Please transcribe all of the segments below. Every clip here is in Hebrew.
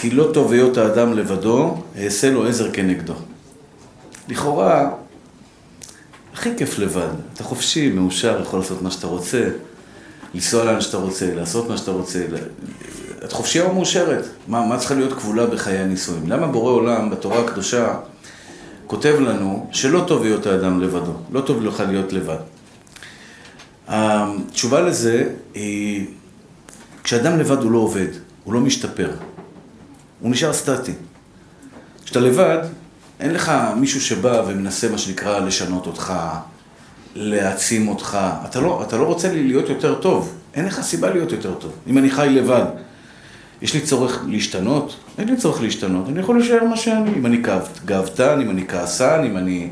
כי לא טוב היות האדם לבדו, אעשה לו עזר כנגדו. לכאורה, הכי כיף לבד. אתה חופשי, מאושר, יכול לעשות מה שאתה רוצה, לנסוע לאן שאתה רוצה, לעשות מה שאתה רוצה. את חופשייה או מאושרת? מה צריכה להיות כבולה בחיי הנישואים? למה בורא עולם בתורה הקדושה כותב לנו שלא טוב היות האדם לבדו, לא טוב לך להיות לבד? התשובה לזה היא, כשאדם לבד הוא לא עובד, הוא לא משתפר, הוא נשאר סטטי. כשאתה לבד, אין לך מישהו שבא ומנסה מה שנקרא לשנות אותך, להעצים אותך. אתה לא רוצה להיות יותר טוב, אין לך סיבה להיות יותר טוב. אם אני חי לבד, יש לי צורך להשתנות? אין לי צורך להשתנות, אני יכול להישאר מה שאני. אם אני גאוותן, אם אני כעסן, אם אני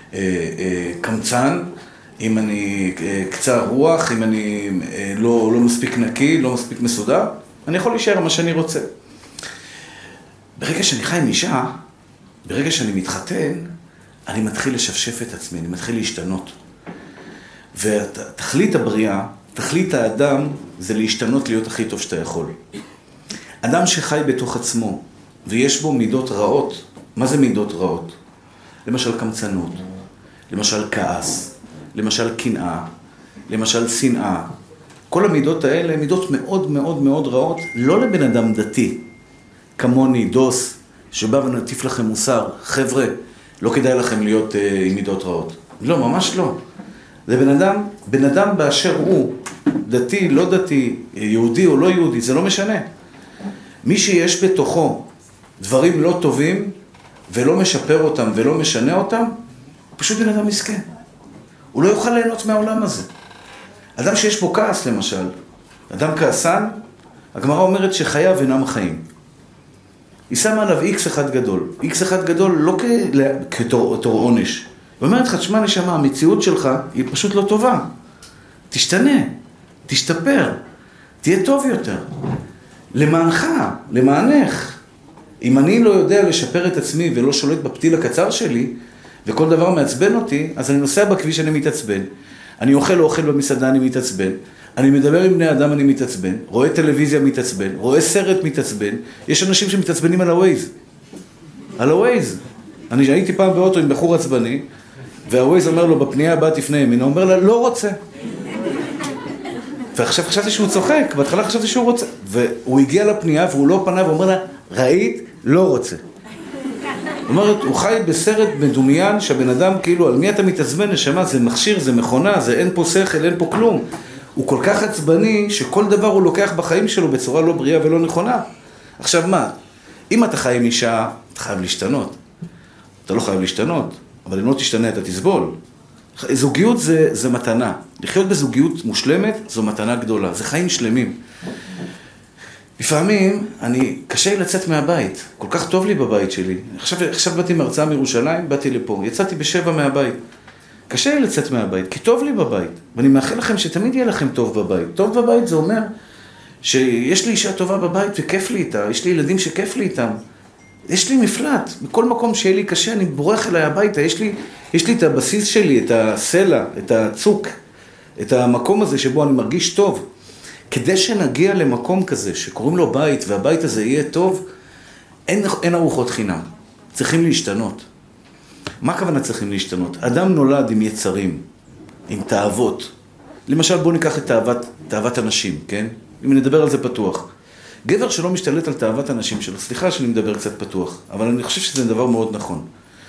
קמצן, אם אני קצר רוח, אם אני לא מספיק נקי, לא מספיק מסודר, אני יכול להישאר מה שאני רוצה. ברגע שאני חי עם אישה, ברגע שאני מתחתן, אני מתחיל לשפשף את עצמי, אני מתחיל להשתנות. ותכלית הבריאה, תכלית האדם, זה להשתנות להיות הכי טוב שאתה יכול. אדם שחי בתוך עצמו, ויש בו מידות רעות, מה זה מידות רעות? למשל קמצנות, למשל כעס, למשל קנאה, למשל שנאה. כל המידות האלה הן מידות מאוד מאוד מאוד רעות, לא לבן אדם דתי, כמוני, דוס, שבא ונטיף לכם מוסר. חבר'ה, לא כדאי לכם להיות עם מידות רעות. לא, ממש לא. זה בן אדם באשר הוא, דתי, לא דתי, יהודי או לא יהודי, זה לא משנה. מי שיש בתוכו דברים לא טובים, ולא משפר אותם ולא משנה אותם, הוא פשוט בן אדם מסכן. הוא לא יוכל ליהנות מהעולם הזה. אדם שיש בו כעס למשל, אדם כעסן, הגמרא אומרת שחייו אינם חיים. היא שמה עליו איקס אחד גדול. איקס אחד גדול לא כתור עונש. היא אומרת לך, תשמע נשמה, המציאות שלך היא פשוט לא טובה. תשתנה, תשתפר, תהיה טוב יותר. למענך, למענך. אם אני לא יודע לשפר את עצמי ולא שולט בפתיל הקצר שלי, וכל דבר מעצבן אותי, אז אני נוסע בכביש, אני מתעצבן. אני אוכל במסעדה, אני מתעצבן. אני מדבר עם בני אדם, אני מתעצבן. רואה טלוויזיה, מתעצבן. רואה סרט, מתעצבן. יש אנשים שמתעצבנים על הווייז. על הווייז. אני הייתי פעם באוטו עם בחור עצבני, והווייז אומר לו, בפנייה הבאה תפנה ימינה, הוא אומר לה, לא רוצה. ועכשיו חשבתי שהוא צוחק, בהתחלה חשבתי שהוא רוצה. והוא הגיע לפנייה והוא לא פנה ואומר לה, ראית? לא רוצה. זאת אומרת, הוא חי בסרט מדומיין שהבן אדם כאילו, על מי אתה מתעצבן, נשמה, זה מכשיר, זה מכונה, זה אין פה שכל, אין פה כלום. הוא כל כך עצבני שכל דבר הוא לוקח בחיים שלו בצורה לא בריאה ולא נכונה. עכשיו מה? אם אתה חי עם אישה, אתה חייב להשתנות. אתה לא חייב להשתנות, אבל אם לא תשתנה אתה תסבול. זוגיות זה מתנה. לחיות בזוגיות מושלמת זו מתנה גדולה. זה חיים שלמים. לפעמים קשה לי לצאת מהבית. כל כך טוב לי בבית שלי. עכשיו באתי מהרצאה מירושלים, באתי לפה. יצאתי ב7 מהבית. קשה לי לצאת מהבית, כי טוב לי בבית. ואני מאחל לכם שתמיד יהיה לכם טוב בבית. טוב בבית זה אומר שיש לי אישה טובה בבית וכיף לי איתה. יש לי ילדים שכיף לי איתם. יש לי מפלט. בכל מקום שיהיה לי קשה, אני בורח אליי הביתה. יש לי את הבסיס שלי, את הסלע, את הצוק, את המקום הזה שבו אני מרגיש טוב. כדי שנגיע למקום כזה שקוראים לו בית, והבית הזה יהיה טוב, אין ארוחות חינם. צריכים להשתנות. מה הכוונה צריכים להשתנות? אדם נולד עם יצרים, עם תאוות. למשל בואו ניקח את תאוות הנשים, כן? אם נדבר על זה פתוח. גבר שלא משתלט על תאוות הנשים שלו, סליחה שאני מדבר קצת פתוח, אבל אני חושב שזה דבר מאוד נכון.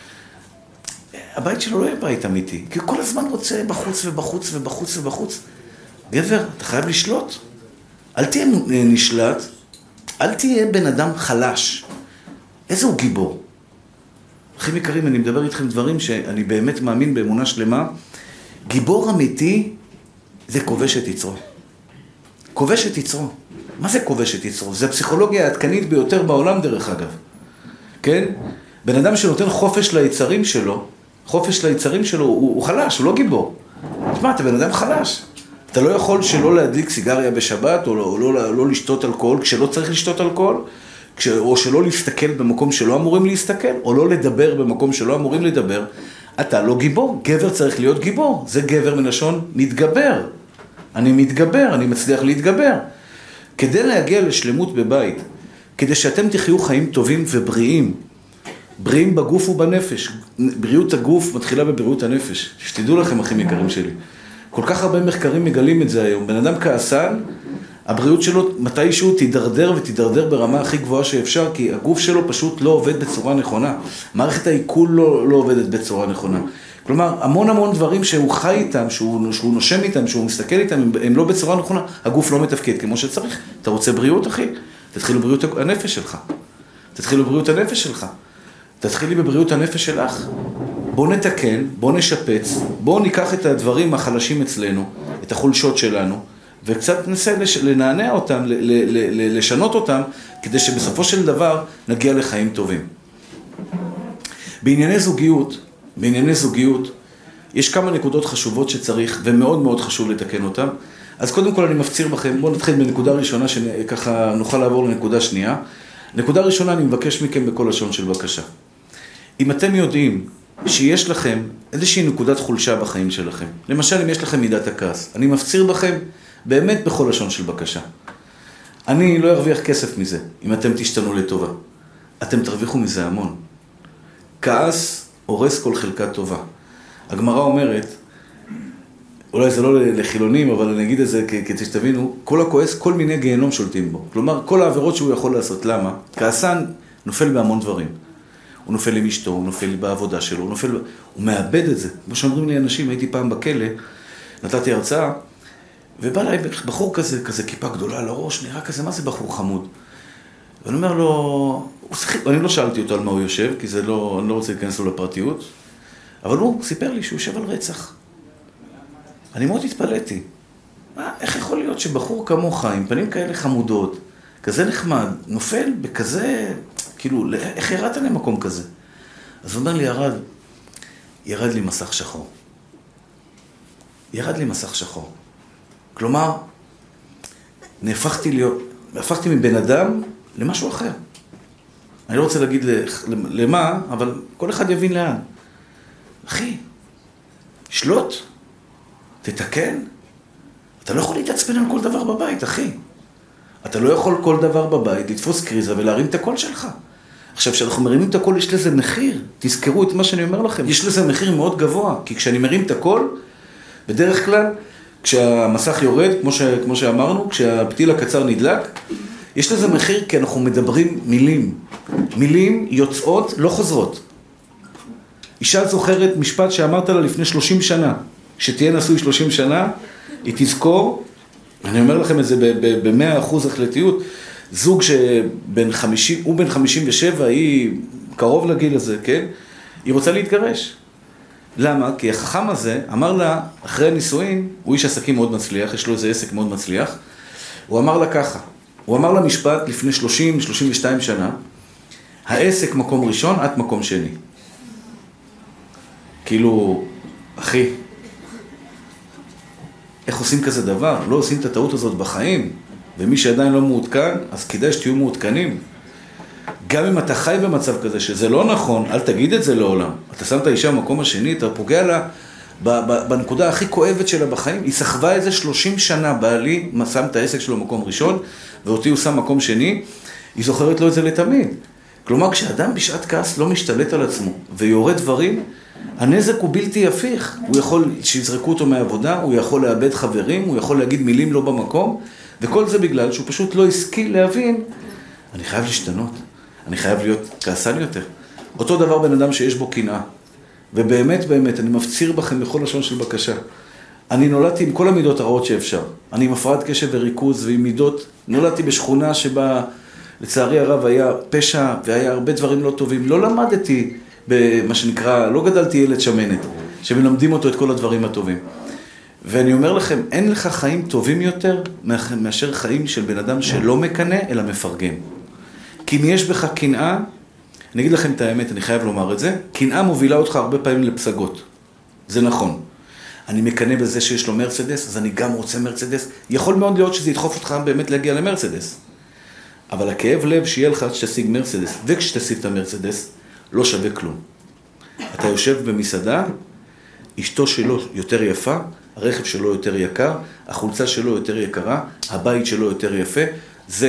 הבית שלו לא יהיה בית אמיתי, כי הוא כל הזמן רוצה בחוץ ובחוץ ובחוץ ובחוץ. גבר, אתה חייב לשלוט. אל תהיה נשלט, אל תהיה בן אדם חלש. איזה הוא גיבור? אחים יקרים, אני מדבר איתכם דברים שאני באמת מאמין באמונה שלמה. גיבור אמיתי זה כובש את יצרו. כובש את יצרו. מה זה כובש את יצרו? זה הפסיכולוגיה העדכנית ביותר בעולם דרך אגב. כן? בן אדם שנותן חופש ליצרים שלו, הוא חלש, הוא לא גיבור. תשמע, אתה בן אדם חלש. אתה לא יכול שלא להדליק סיגריה בשבת, או לא לשתות אלכוהול כשלא צריך לשתות אלכוהול, או שלא להסתכל במקום שלא אמורים להסתכל, או לא לדבר במקום שלא אמורים לדבר. אתה לא גיבור. גבר צריך להיות גיבור. זה גבר מלשון מתגבר. אני מתגבר, אני מצליח להתגבר. כדי להגיע לשלמות בבית, כדי שאתם תחיו חיים טובים ובריאים. בריאים בגוף ובנפש. בריאות הגוף מתחילה בבריאות הנפש. שתדעו לכם, אחים יקרים שלי. כל כך הרבה מחקרים מגלים את זה היום. בן אדם כעסן, הבריאות שלו מתישהו תידרדר ותידרדר ברמה הכי גבוהה שאפשר, כי הגוף שלו פשוט לא עובד בצורה נכונה. מערכת העיכול לא עובדת בצורה נכונה. כלומר, המון דברים שהוא חי איתם, שהוא נושם איתם, שהוא מסתכל איתם, הם לא בצורה נכונה. הגוף לא מתפקד כמו שצריך. אתה רוצה בריאות, אחי? תתחילו בריאות הנפש שלך. תתחילו בריאות הנפש שלך. תתחילי בבריאות הנפש שלך. בוא נתקן, בוא נשפץ, בוא ניקח את הדברים החלשים אצלנו, את החולשות שלנו, וקצת ננסה לנענע אותם, לשנות אותם, כדי שבסופו של דבר נגיע לחיים טובים. בענייני זוגיות, יש כמה נקודות חשובות שצריך, ומאוד מאוד חשוב לתקן אותם. אז קודם כל אני מפציר בכם, בואו נתחיל בנקודה ראשונה, שככה נוכל לעבור לנקודה שנייה. נקודה ראשונה, אני מבקש מכם בכל לשון של בקשה. אם אתם יודעים שיש לכם איזושהי נקודת חולשה בחיים שלכם, למשל אם יש לכם מידת הכעס, אני מפציר בכם באמת בכל לשון של בקשה. אני לא ארוויח כסף מזה, אם אתם תשתנו לטובה. אתם תרוויחו מזה המון. כעס הורס כל חלקה טובה. הגמרא אומרת, אולי זה לא לחילונים, אבל אני אגיד את זה כדי שתבינו, כל הכועס, כל מיני גיהנום שולטים בו. כלומר, כל העבירות שהוא יכול לעשות. למה? כעסן נופל בהמון דברים. הוא נופל עם אשתו, הוא נופל בעבודה שלו, הוא מאבד את זה. כמו שאומרים לי אנשים, הייתי פעם בכלא, נתתי הרצאה, ובא לי בחור כזה כיפה גדולה על הראש, נראה כזה, מה זה בחור חמוד? ואני אומר לו, אני לא שאלתי אותו על מה הוא יושב, כי אני לא רוצה להיכנס לו לפרטיות, אבל הוא סיפר לי שהוא יושב על רצח. אני מאוד התפלאתי. איך יכול להיות שבחור כמוך, עם פנים כאלה חמודות, כזה נחמד, נופל בכזה, כאילו, איך ירד למקום כזה? אז הוא אומר לי, ירד לי מסך שחור. ירד לי מסך שחור. כלומר, הפכתי מבן אדם למשהו אחר. אני לא רוצה להגיד למה, אבל כל אחד יבין לאן. אחי, שלוט, תתקן. אתה לא יכול להתעצבן על כל דבר בבית, אחי. אתה לא יכול כל דבר בבית לתפוס קריזה ולהרים את הקול שלך. עכשיו, כשאנחנו מרימים את הקול, יש לזה מחיר. תזכרו את מה שאני אומר לכם. יש לזה מחיר מאוד גבוה, כי כשאני מרים את הקול, בדרך כלל, כשהמסך יורד, כמו שאמרנו, כשהפתיל הקצר נדלק, יש לזה מחיר כי אנחנו מדברים מילים. מילים יוצאות, לא חוזרות. אישה זוכרת משפט שאמרת לה לפני 30 שנה. כשתהיה נשוי 30 שנה, היא תזכור, אני אומר לכם את זה ב-100% החלטיות, זוג הוא בן 57, היא קרוב לגיל הזה, כן? היא רוצה להתגרש. למה? כי החכם הזה אמר לה, אחרי הנישואין, הוא איש עסקים מאוד מצליח, יש לו איזה עסק מאוד מצליח, הוא אמר לה ככה, הוא אמר לה משפט לפני 30-32 שנה, העסק מקום ראשון, את מקום שני. כאילו, אחי, איך עושים כזה דבר? לא עושים את הטעות הזאת בחיים, ומי שעדיין לא מעודכן, אז כדאי שתהיו מעודכנים. גם אם אתה חי במצב כזה שזה לא נכון, אל תגיד את זה לעולם. אתה שם את האישה במקום השני, אתה פוגע לה בנקודה הכי כואבת שלה בחיים. היא סחבה איזה 30 שנה, בעלי שם את העסק שלו במקום ראשון, ואותי הוא שם מקום שני, היא זוכרת לו את זה לתמיד. כלומר, כשאדם בשעת כעס לא משתלט על עצמו, ויורד דברים, הנזק הוא בלתי הפיך. הוא יכול שיזרקו אותו מהעבודה, הוא יכול לאבד חברים, הוא יכול להגיד מילים לא במקום, וכל זה בגלל שהוא פשוט לא השכיל להבין, אני חייב להשתנות. אני חייב להיות כעסן יותר. אותו דבר בן אדם שיש בו קנאה. ובאמת, באמת, אני מפציר בכם בכל לשון של בקשה. אני נולדתי עם כל המידות הרעות שאפשר. אני עם הפרעת קשב וריכוז ועם מידות. נולדתי בשכונה שבה, לצערי הרב, היה פשע והיה הרבה דברים לא טובים. לא למדתי במה שנקרא, לא גדלתי ילד שמנת, שמלמדים אותו את כל הדברים הטובים. ואני אומר לכם, אין לך חיים טובים יותר מאשר חיים של בן אדם שלא מקנא, אלא מפרגן. כי אם יש בך קנאה, אני אגיד לכם את האמת, אני חייב לומר את זה, קנאה מובילה אותך הרבה פעמים לפסגות. זה נכון. אני מקנא בזה שיש לו מרצדס, אז אני גם רוצה מרצדס. יכול מאוד להיות שזה ידחוף אותך באמת להגיע למרצדס. אבל הכאב לב שיהיה לך שתשיג מרצדס, וכשתשיג את המרצדס, לא שווה כלום. אתה יושב במסעדה, אשתו שלו יותר יפה, הרכב שלו יותר יקר, החולצה שלו יותר יקרה, הבית שלו יותר יפה, זה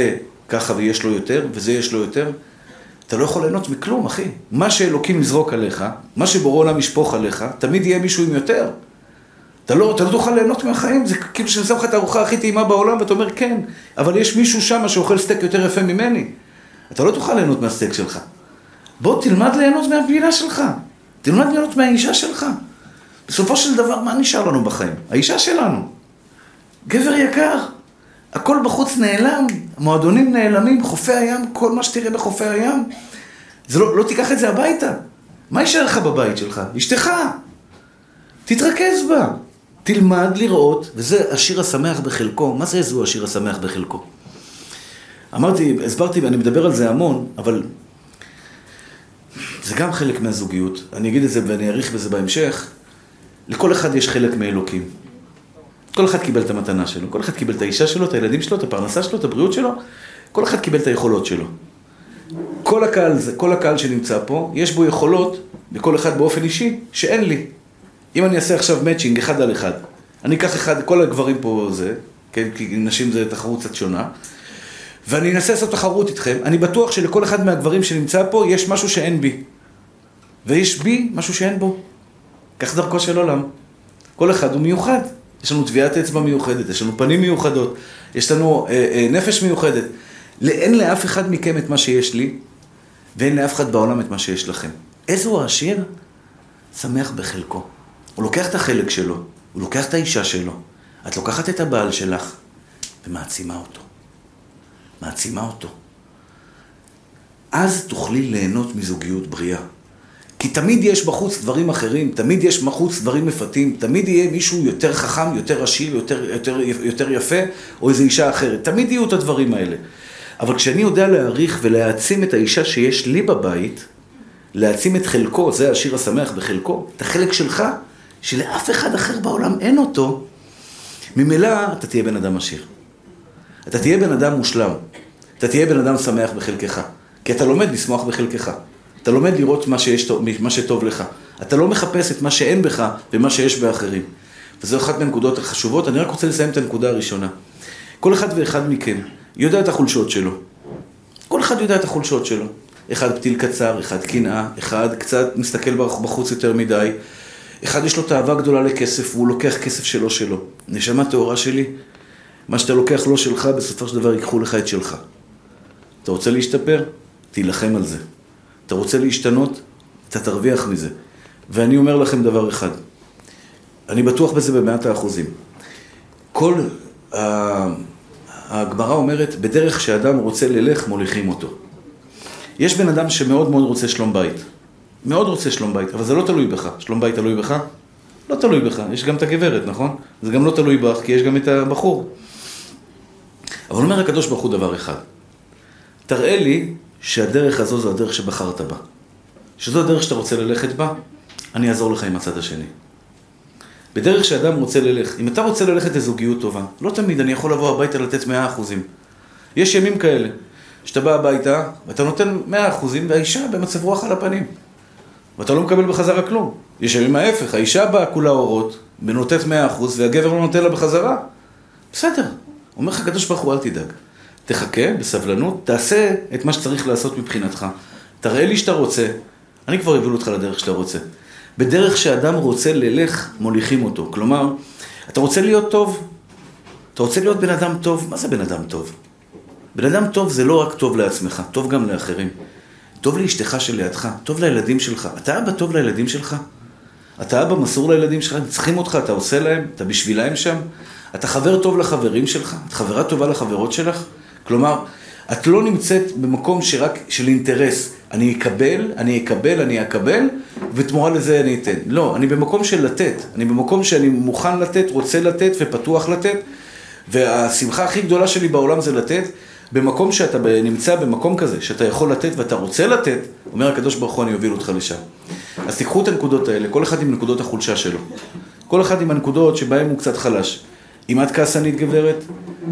ככה ויש לו יותר, וזה יש לו יותר, אתה לא יכול ליהנות מכלום, אחי. מה שאלוקים יזרוק עליך, מה שבורא עולם ישפוך עליך, תמיד יהיה מישהו עם יותר. אתה לא תוכל ליהנות מהחיים, זה כאילו שאני שם לך את הארוחה הכי טעימה בעולם, ואתה אומר כן, אבל יש מישהו שם שאוכל סטייק יותר יפה ממני. אתה לא תוכל ליהנות מהסטייק שלך. בוא תלמד ליהנות מהפגילה שלך, תלמד ליהנות מהאישה שלך. בסופו של דבר, מה נשאר לנו בחיים? האישה שלנו. גבר יקר, הכל בחוץ נעלם, המועדונים נעלמים, חופי הים, כל מה שתראה בחופי הים. זה לא תיקח את זה הביתה. מה יישאר לך בבית שלך? אשתך. תתרכז בה. תלמד לראות, וזה השיר השמח בחלקו. מה זה זו השיר השמח בחלקו? הסברתי, ואני מדבר על זה המון, אבל זה גם חלק מהזוגיות. אני אגיד את זה ואני אעריך בזה בהמשך. לכל אחד יש חלק מאלוקים. כל אחד קיבל את המתנה שלו, כל אחד קיבל את האישה שלו, את הילדים שלו, את הפרנסה שלו, את הבריאות שלו, כל אחד קיבל את היכולות שלו. כל הקהל שנמצא פה, יש בו יכולות, לכל אחד באופן אישי, שאין לי. אם אני אעשה עכשיו מאצ'ינג אחד על אחד, אני אקח אחד, כל הגברים פה זה, כן, כי נשים זה תחרות קצת שונה, ואני אנסה לעשות תחרות איתכם, אני בטוח שלכל אחד מהגברים שנמצא פה, יש משהו שאין בי. ויש בי משהו שאין בו. כך דרכו של עולם. כל אחד הוא מיוחד. יש לנו טביעת אצבע מיוחדת, יש לנו פנים מיוחדות, יש לנו נפש מיוחדת. אין לאף אחד מכם את מה שיש לי, ואין לאף אחד בעולם את מה שיש לכם. איזו העשיר? שמח בחלקו. הוא לוקח את החלק שלו, הוא לוקח את האישה שלו, את לוקחת את הבעל שלך, ומעצימה אותו. מעצימה אותו. אז תוכלי ליהנות מזוגיות בריאה. כי תמיד יש בחוץ דברים אחרים, תמיד יש בחוץ דברים מפתים, תמיד יהיה מישהו יותר חכם, יותר עשיר, יותר יפה, או איזו אישה אחרת. תמיד יהיו את הדברים האלה. אבל כשאני יודע להעריך ולהעצים את האישה שיש לי בבית, להעצים את חלקו, זה השיר השמח בחלקו, את החלק שלך, שלאף אחד אחר בעולם אין אותו, ממילא אתה תהיה בן אדם עשיר. אתה תהיה בן אדם מושלם. אתה תהיה בן אדם שמח בחלקך. כי אתה לומד לשמוח בחלקך. אתה לומד לראות מה שטוב לך. אתה לא מחפש את מה שאין בך ומה שיש באחרים. וזו אחת מהנקודות החשובות. אני רק רוצה לסיים את הנקודה הראשונה. כל אחד ואחד מכם יודע את החולשות שלו. כל אחד יודע את החולשות שלו. אחד פתיל קצר, אחד קנאה, אחד קצת מסתכל בחוץ יותר מדי. אחד יש לו תאווה גדולה לכסף, והוא לוקח כסף שלו. נשמה תאורה שלי, מה שאתה לוקח לא שלך, בסופו של דבר ייקחו לך את שלך. אתה רוצה להשתפר? תילחם על זה. אתה רוצה להשתנות? אתה תרוויח מזה. ואני אומר לכם דבר אחד. אני בטוח בזה ב100%. כל הגמרא אומרת, בדרך שאדם רוצה ללך, מוליכים אותו. יש בן אדם שמאוד מאוד רוצה שלום בית. מאוד רוצה שלום בית, אבל זה לא תלוי בך. שלום בית תלוי בך? לא תלוי בך. יש גם את הגברת, נכון? זה גם לא תלוי בך, כי יש גם את הבחור. אבל אומר הקדוש ברוך הוא דבר אחד. תראה לי שהדרך הזו זו הדרך שבחרת בה. שזו הדרך שאתה רוצה ללכת בה, אני אעזור לך עם הצד השני. בדרך שאדם רוצה ללכת, אם אתה רוצה ללכת לזוגיות טובה, לא תמיד אני יכול לבוא הביתה לתת 100%. יש ימים כאלה, שאתה בא הביתה ואתה נותן 100% והאישה במצב רוח על הפנים. ואתה לא מקבל בחזרה כלום. יש ימים ההפך, האישה באה כולה אורות, ונותנת 100% והגבר לא נותן לה בחזרה. בסדר, אומר לך הקדוש ברוך הוא, אל תדאג. תחכה בסבלנות, תעשה את מה שצריך לעשות מבחינתך. תראה לי שאתה רוצה, אני כבר אביא אותך לדרך שאתה רוצה. בדרך שאדם רוצה ללך, מוליכים אותו. כלומר, אתה רוצה להיות טוב, אתה רוצה להיות בן אדם טוב. מה זה בן אדם טוב? בן אדם טוב זה לא רק טוב לעצמך, טוב גם לאחרים. טוב לאשתך שלידך, טוב לילדים שלך. אתה אבא טוב לילדים שלך? אתה אבא מסור לילדים שלך, צריכים אותך, אתה עושה להם, אתה בשבילהם שם. אתה חבר טוב לחברים שלך, את חברה טובה לחברות שלך. כלומר, את לא נמצאת במקום שרק של אינטרס. אני אקבל, ותמורה לזה אני אתן. לא, אני במקום של לתת. אני במקום שאני מוכן לתת, רוצה לתת ופתוח לתת. והשמחה הכי גדולה שלי בעולם זה לתת. במקום שאתה נמצא במקום כזה, שאתה יכול לתת ואתה רוצה לתת, אומר הקדוש ברוך הוא, אני אוביל אותך לשם. אז תיקחו את הנקודות האלה, כל אחד עם נקודות החולשה שלו. כל אחד עם הנקודות שבהם הוא קצת חלש. אם את כעסנית גברת,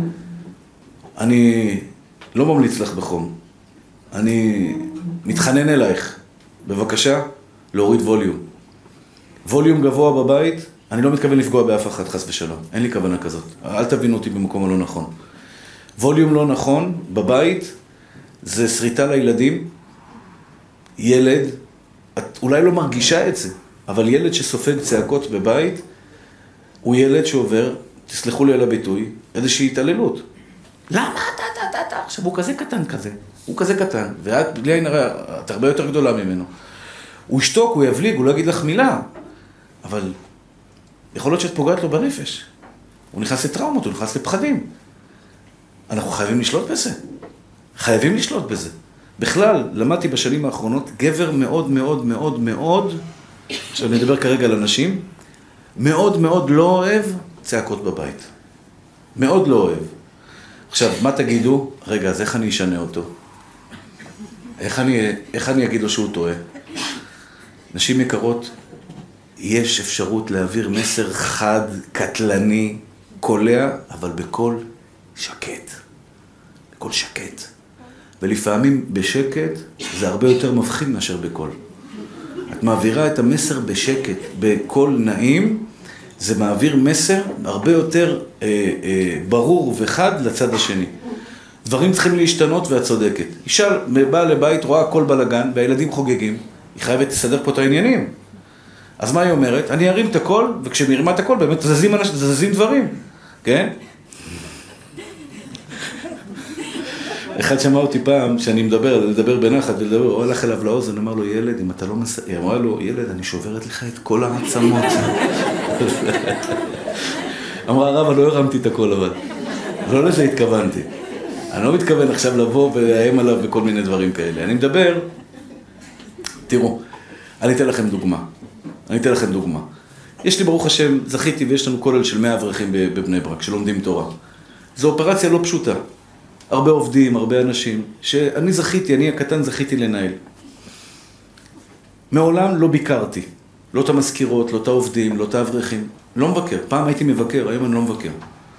אני לא ממליץ לך בחום. אני מתחנן אלייך. בבקשה, להוריד ווליום. ווליום גבוה בבית, אני לא מתכוון לפגוע באף אחד, חס ושלום. אין לי כוונה כזאת. אל תבינו אותי במקום הלא נכון. ווליום לא נכון בבית, זה שריטה לילדים. ילד, את אולי לא מרגישה את זה, אבל ילד שסופג צעקות בבית, הוא ילד שעובר, תסלחו לי על הביטוי, איזושהי התעללות. למה אתה? עכשיו הוא כזה קטן כזה, הוא כזה קטן, ואת בלי עין הרע, את הרבה יותר גדולה ממנו. הוא ישתוק, הוא יבליג, הוא לא יגיד לך מילה, אבל יכול להיות שאת פוגעת לו בנפש. הוא נכנס לטראומות, הוא נכנס לפחדים. אנחנו חייבים לשלוט בזה. חייבים לשלוט בזה. בכלל, למדתי בשנים האחרונות, גבר מאוד מאוד מאוד מאוד, עכשיו נדבר כרגע על אנשים, מאוד מאוד לא אוהב צעקות בבית. מאוד לא אוהב. עכשיו, מה תגידו? רגע, אז איך אני אשנה אותו? איך אני אגיד לו שהוא טועה? נשים יקרות, יש אפשרות להעביר מסר חד, קטלני, קולע, אבל בקול שקט. בקול שקט. ולפעמים בשקט זה הרבה יותר מבחין מאשר בקול. את מעבירה את המסר בשקט, בקול נעים, זה מעביר מסר הרבה יותר ברור וחד לצד השני. דברים צריכים להשתנות ואת צודקת. אישה באה לבית, רואה הכל בלגן, והילדים חוגגים, היא חייבת לסדר פה את העניינים. אז מה היא אומרת? אני ארים את הכל, וכשמרימה את הכל באמת זזים דברים, כן? אחד שמע אותי פעם, שאני לדבר בנחת ולדבר, הוא הלך אליו לאוזן, אמר לו, ילד, אם אתה לא היא אמרה לו, ילד, אני שוברת לך את כל העצמות. אמרה, הרב, לא הרמתי את הכל, אבל לא לזה התכוונתי. אני לא מתכוון עכשיו לבוא ולאיים עליו וכל מיני דברים כאלה. אני מדבר, תראו, אני אתן לכם דוגמה. יש לי ברוך השם, זכיתי ויש לנו כולל של 100 אברכים בבני ברק, שלומדים תורה. זו אופרציה לא פשוטה. הרבה עובדים, הרבה אנשים, שאני זכיתי, אני הקטן זכיתי לנהל. מעולם לא ביקרתי, לא את המזכירות, לא את העובדים, לא את האברכים, לא מבקר. פעם הייתי מבקר, היום אני לא מבקר.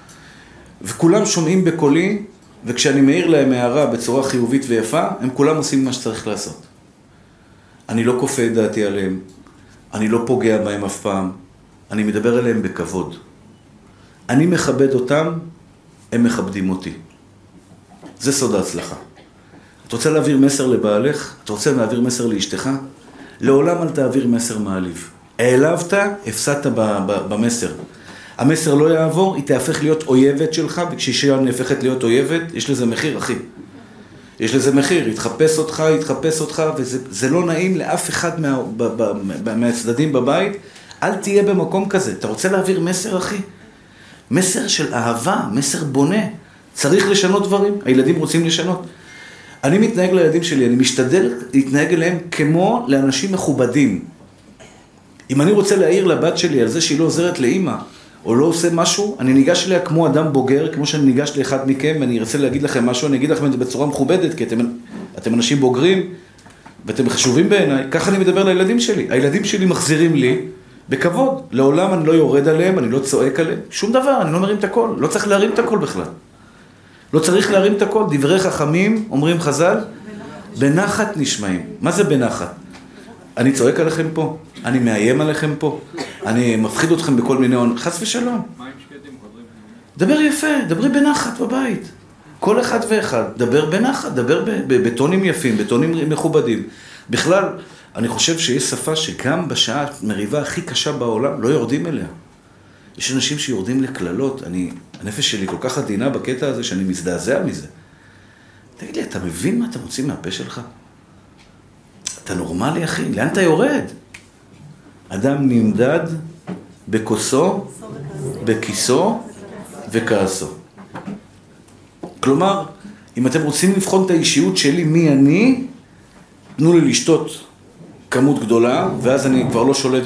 וכולם שומעים בקולי, וכשאני מעיר להם הערה בצורה חיובית ויפה, הם כולם עושים מה שצריך לעשות. אני לא כופה את דעתי עליהם, אני לא פוגע בהם אף פעם, אני מדבר עליהם בכבוד. אני מכבד אותם, הם מכבדים אותי. זה סוד ההצלחה. את רוצה להעביר מסר לבעלך? את רוצה להעביר מסר לאשתך? לעולם אל תעביר מסר מעליב. העלבת, הפסדת במסר. המסר לא יעבור, היא תהפך להיות אויבת שלך, וכשאישה נהפכת להיות אויבת, יש לזה מחיר, אחי. יש לזה מחיר, יתחפש אותך, וזה לא נעים לאף אחד מהצדדים בבית. אל תהיה במקום כזה. אתה רוצה להעביר מסר, אחי? מסר של אהבה, מסר בונה. צריך לשנות דברים, הילדים רוצים לשנות. אני מתנהג לילדים שלי, אני משתדל להתנהג אליהם כמו לאנשים מכובדים. אם אני רוצה להעיר לבת שלי על זה שהיא לא עוזרת לאמא, או לא עושה משהו, אני ניגש אליה כמו אדם בוגר, כמו שאני ניגש לאחד מכם, ואני ארצה להגיד לכם משהו, אני אגיד לכם את זה בצורה מכובדת, כי אתם אנשים בוגרים, ואתם חשובים בעיניי. ככה אני מדבר לילדים שלי. הילדים שלי מחזירים לי בכבוד. לעולם אני לא יורד עליהם, אני לא צועק עליהם. שום דבר, אני לא מרים את הכל. לא צריך להרים את הכל בכלל. לא צריך להרים את הכל. דברי חכמים, אומרים חז"ל, בנחת נשמעים. מה זה בנחת? אני צועק עליכם פה, אני מאיים עליכם פה, אני מפחיד אתכם בכל מיני עון. חס ושלום. דבר יפה, דברי בנחת בבית. כל אחד ואחד, דבר בנחת, דבר בטונים יפים, בטונים מכובדים. בכלל, אני חושב שיש שפה שגם בשעה מריבה הכי קשה בעולם לא יורדים אליה. יש אנשים שיורדים לכללות, הנפש שלי כל כך עדינה בקטע הזה שאני מזדעזע מזה. תגיד לי, אתה מבין מה אתה מוציא מהפה שלך? אתה נורמלי, אחי? לאן אתה יורד? אדם נמדד בכוסו, בכיסו וכעסו. כלומר, אם אתם רוצים לבחון את האישיות שלי, מי אני, תנו לי לשתות כמות גדולה, ואז אני כבר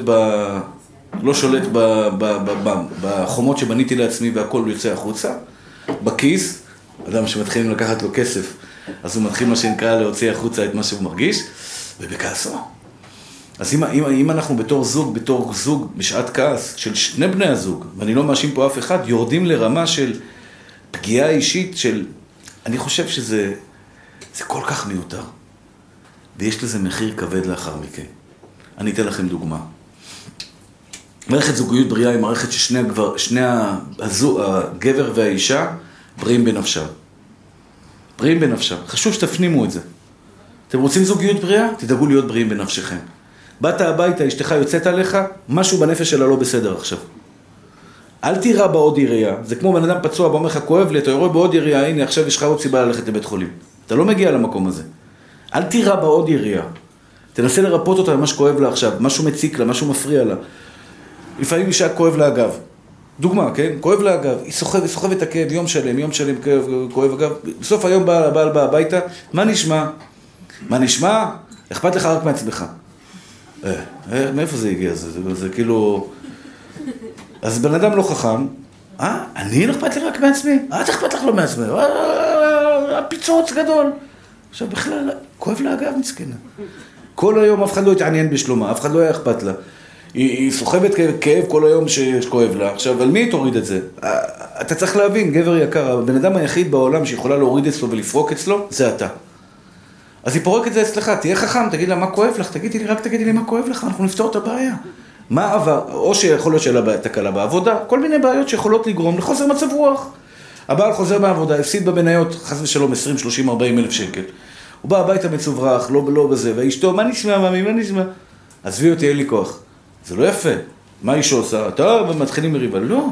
לא שולט בחומות שבניתי לעצמי והכל יוצא החוצה. בכיס, אדם שמתחילים לקחת לו כסף, אז הוא מתחיל מה שנקרא להוציא החוצה את מה שהוא מרגיש, ובכעסו. אז אם אנחנו בתור זוג, בשעת כעס של שני בני הזוג, ואני לא מאשים פה אף אחד, יורדים לרמה של פגיעה אישית אני חושב שזה כל כך מיותר. ויש לזה מחיר כבד לאחר מכן. אני אתן לכם דוגמה. מערכת זוגיות בריאה היא מערכת ששני הגבר והאישה בריאים בנפשם. בריאים בנפשם. חשוב שתפנימו את זה. אתם רוצים זוגיות בריאה? תדאגו להיות בריאים בנפשכם. באת הביתה, אשתך יוצאת עליך, משהו בנפש שלה לא בסדר עכשיו. אל תירא בעוד יריעה. זה כמו בן אדם פצוע, באומר לך, כואב לי, אתה רואה בעוד יריעה, הנה, עכשיו יש לך עוד סיבה ללכת לבית חולים. אתה לא מגיע למקום הזה. אל תירא בעוד יריעה. תנסה לרפות אותה במה שכואב לה עכשיו, משהו מציק לה, משהו מפריע לה. לפעמים אישה כואב לה אגב. דוגמה, כן? כואב לה אגב. היא סוחבת את הכאב, יום שלם, כואב אגב. בסוף היום בא הביתה, מה נשמע? מה נשמע? אכפת לך רק מעצמך. מאיפה זה הגיע? זה כאילו... אז בן אדם לא חכם, אני לא אכפת לי רק מעצמי? את אכפת לך לא מעצמי? הפיצוץ גדול. עכשיו בכלל, כואב לה אגב מסכנה. כל היום אף אחד לא התעניין בשלומה, אף אחד לא היה אכפת לה. היא סוחבת כאב כל היום שכואב לה. עכשיו, על מי תוריד את זה? אתה צריך להבין, גבר יקר, הבן אדם היחיד בעולם שיכולה להוריד אצלו ולפרוק אצלו, זה אתה. אז היא פורקת את זה אצלך, תהיה חכם, תגיד לה מה כואב לך, רק תגידי לי מה כואב לך, אנחנו נפתור את הבעיה. מה עבר? או שיכול להיות שאלה תקלה בעבודה, כל מיני בעיות שיכולות לגרום לחוסר מצב רוח. הבעל חוזר מהעבודה, הפסיד בבניות, חס ושלום, 20, 30, 40 אלף שקל. הוא בא הביתה מצוברח, לא בזה, ואשתו, מה נשמע, ממי, מה נשמע? עזבי אותי, אין לי כוח. זה לא יפה. מה אישו עושה? טוב, מתחילים מריבה. לא.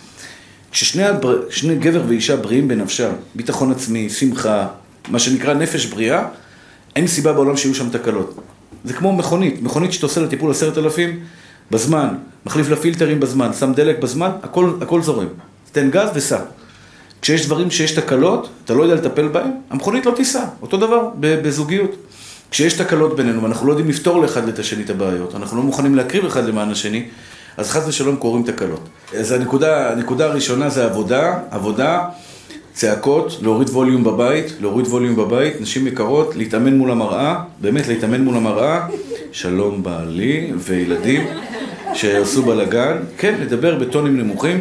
כששני גבר ואישה בריאים בנפשם, ביטחון עצמי, שמחה, מה שנקרא נפש בריאה, אין סיבה בעולם שיהיו שם תקלות. זה כמו מכונית שאתה עושה לטיפול 10,000 בזמן, מחליף לפילטרים בזמן, שם דלק בזמן, הכל זורם. תן גז וסע. כשיש דברים שיש תקלות, אתה לא יודע לטפל בהם, המכונית לא תיסע. אותו דבר בזוגיות. כשיש תקלות בינינו, ואנחנו לא יודעים לפתור לאחד את השני את הבעיות, אנחנו לא מוכנים להקריב אחד למען השני, אז חס ושלום קוראים תקלות. אז הנקודה הראשונה זה עבודה, צעקות, להוריד ווליום בבית, נשים יקרות, להתאמן מול המראה, באמת להתאמן מול המראה, שלום בעלי וילדים שעשו בלגן, כן, לדבר בטונים נמוכים,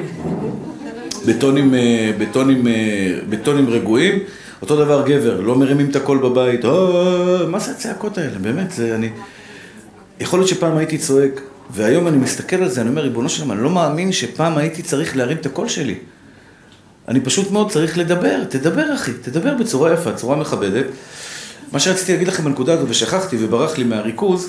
בטונים רגועים, אותו דבר גבר, לא מרימים את הכל בבית, מה זה הצעקות האלה? באמת, יכול להיות שפעם הייתי צועק, והיום אני מסתכל על זה, אני אומר, ריבונו שלמה, אני לא מאמין שפעם הייתי צריך להרים את הקול שלי. אני פשוט מאוד צריך לדבר, תדבר אחי, תדבר בצורה יפה, צורה מכבדת. מה שרציתי להגיד לכם בנקודה הזו, ושכחתי וברח לי מהריכוז,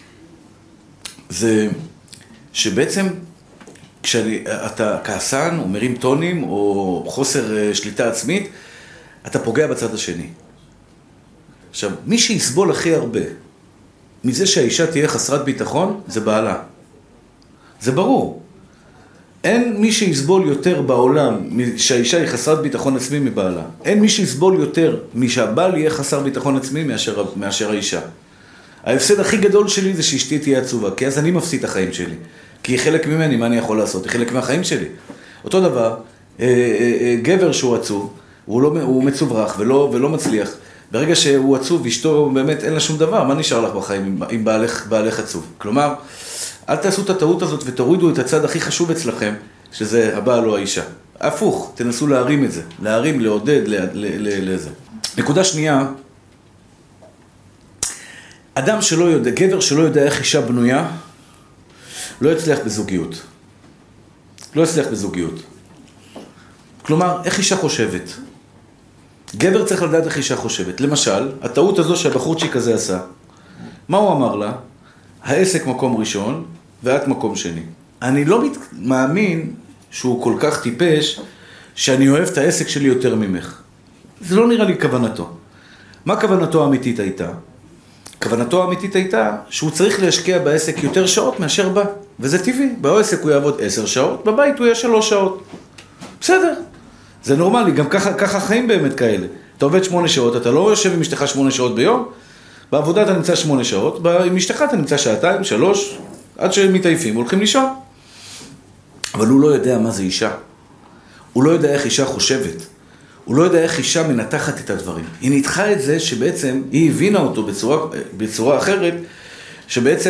זה שבעצם כשאתה כעסן או מרים טונים או חוסר שליטה עצמית, אתה פוגע בצד השני. עכשיו, מי שיסבול הכי הרבה מזה שהאישה תהיה חסרת ביטחון, זה בעלה. זה ברור. אין מי שיסבול יותר בעולם שהאישה היא חסרת ביטחון עצמי מבעלה. אין מי שיסבול יותר משהבעל יהיה חסר ביטחון עצמי מאשר האישה. ההפסד הכי גדול שלי זה שאשתי תהיה עצובה, כי אז אני מפסיד את החיים שלי. כי היא חלק ממני, מה אני יכול לעשות? היא חלק מהחיים שלי. אותו דבר, גבר שהוא עצוב, הוא מצוברח ולא מצליח. ברגע שהוא עצוב, אשתו באמת אין לה שום דבר, מה נשאר לך בחיים אם בעלך עצוב? כלומר, אל תעשו את הטעות הזאת ותורידו את הצד הכי חשוב אצלכם, שזה הבעל או האישה. הפוך, תנסו להרים את זה. להרים, לעודד, לזה. נקודה שנייה, אדם שלא יודע, גבר שלא יודע איך אישה בנויה, לא יצליח בזוגיות. לא יצליח בזוגיות. כלומר, איך אישה חושבת? גבר צריך לדעת איך אישה חושבת. למשל, הטעות הזו שהבחורצ'יק הזה עשה, מה הוא אמר לה? העסק מקום ראשון, ואת מקום שני. אני לא מאמין שהוא כל כך טיפש, שאני אוהב את העסק שלי יותר ממך. זה לא נראה לי כוונתו. מה כוונתו האמיתית הייתה? כוונתו האמיתית הייתה שהוא צריך להשקיע בעסק יותר שעות מאשר בה. וזה טבעי. בעסק הוא יעבוד 10 שעות, בבית הוא יהיה 3 שעות. בסדר. זה נורמלי, גם ככה חיים באמת כאלה. אתה עובד 8 שעות, אתה לא יושב עם אשתך 8 שעות ביום, בעבודה אתה נמצא 8 שעות, עם אשתך אתה נמצא 2, 3, עד שהם מתעייפים, הולכים לישון. אבל הוא לא יודע מה זה אישה. הוא לא יודע איך אישה חושבת. הוא לא יודע איך אישה מנתחת את הדברים. היא ניתחה את זה שבעצם היא הבינה אותו בצורה אחרת, שבעצם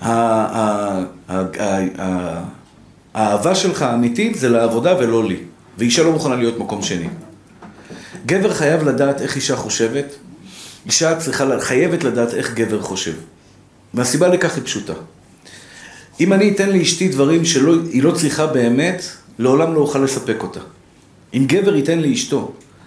האהבה שלך האמיתית זה לעבודה ולא לי. ואישה לא מוכנה להיות מקום שני. גבר חייב לדעת איך אישה חושבת, אישה חייבת לדעת איך גבר חושב. והסיבה לכך היא פשוטה. אם אני אתן לאשתי דברים שהיא לא צריכה באמת, לעולם לא אוכל לספק אותה. אם גבר ייתן לאשתו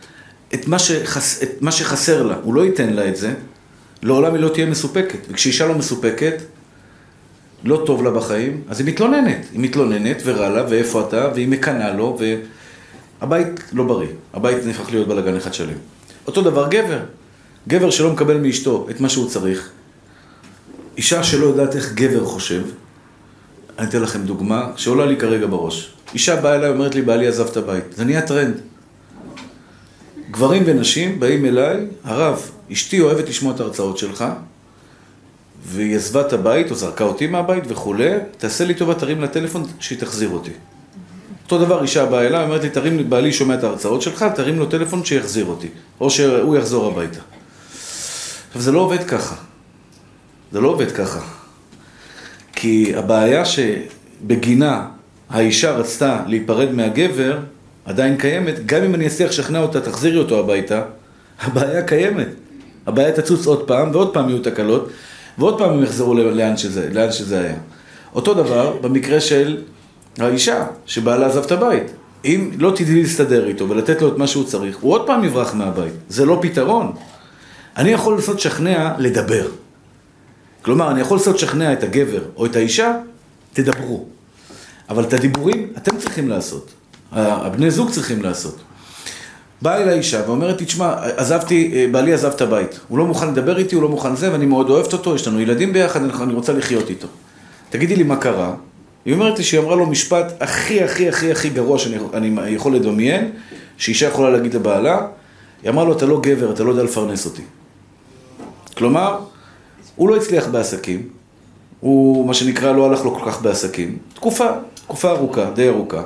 את מה שחסר לה, הוא לא ייתן לה את זה, לעולם היא לא תהיה מסופקת. וכשאישה לא מסופקת, לא טוב לה בחיים, אז היא מתלוננת. היא מתלוננת ורע לה, ואיפה אתה, והיא מקנה לו, והבית לא בריא. הבית נהפך להיות בלגן אחד שלם. אותו דבר גבר. גבר שלא מקבל מאשתו את מה שהוא צריך. אישה שלא יודעת איך גבר חושב. אני אתן לכם דוגמה שעולה לי כרגע בראש. אישה באה אליי, אומרת לי, בעלי עזב את הבית. זה נהיה טרנד. גברים ונשים באים אליי, הרב, אשתי אוהבת לשמוע את ההרצאות שלך, והיא עזבה את הבית, או זרקה אותי מהבית וכו', תעשה לי טובה, תרים לטלפון שהיא תחזיר אותי. אותו דבר, אישה באה אליי, אומרת לי, תרים לי, בעלי שומע את ההרצאות שלך, תרים לו טלפון שיחזיר אותי, או שהוא יחזור הביתה. עכשיו, זה לא עובד ככה. זה לא עובד ככה. כי הבעיה שבגינה האישה רצתה להיפרד מהגבר, עדיין קיימת, גם אם אני אצליח לשכנע אותה, תחזירי אותו הביתה, הבעיה קיימת. הבעיה תצוץ עוד פעם, ועוד פעם יהיו תקלות, ועוד פעם הם יחזרו לאן שזה היה. אותו דבר במקרה של האישה, שבעלה עזב את הבית. אם לא תדעי להסתדר איתו ולתת לו את מה שהוא צריך, הוא עוד פעם יברח מהבית. זה לא פתרון. אני יכול לעשות שכנע לדבר. כלומר, אני יכול לעשות שכנע את הגבר או את האישה, תדברו. אבל את הדיבורים אתם צריכים לעשות. הבני זוג צריכים לעשות. באה אל האישה ואומרת, תשמע, בעלי עזב את הבית. הוא לא מוכן לדבר איתי, הוא לא מוכן זה, ואני מאוד אוהבת אותו, יש לנו ילדים ביחד, אני רוצה לחיות איתו. תגידי לי מה קרה. היא אומרת לי שהיא אמרה לו משפט הכי גרוע שאני יכול לדמיין, שאישה יכולה להגיד לבעלה, היא אמרה לו, אתה לא גבר, אתה לא יודע לפרנס אותי. כלומר, הוא לא הצליח בעסקים, הוא, מה שנקרא, לא הלך לו כל כך בעסקים. תקופה ארוכה, די ארוכה.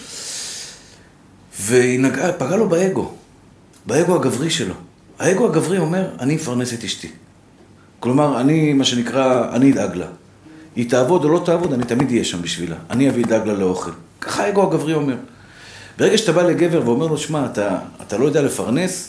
והיא פגעה לו באגו הגברי שלו. האגו הגברי אומר, אני מפרנס את אשתי. כלומר, אני, מה שנקרא, אני אדאג לה. היא תעבוד או לא תעבוד, אני תמיד אהיה שם בשבילה. אני אביא אדאג לה לאוכל. ככה האגו הגברי אומר. ברגע שאתה בא לגבר ואומר לו, שמע, אתה לא יודע לפרנס,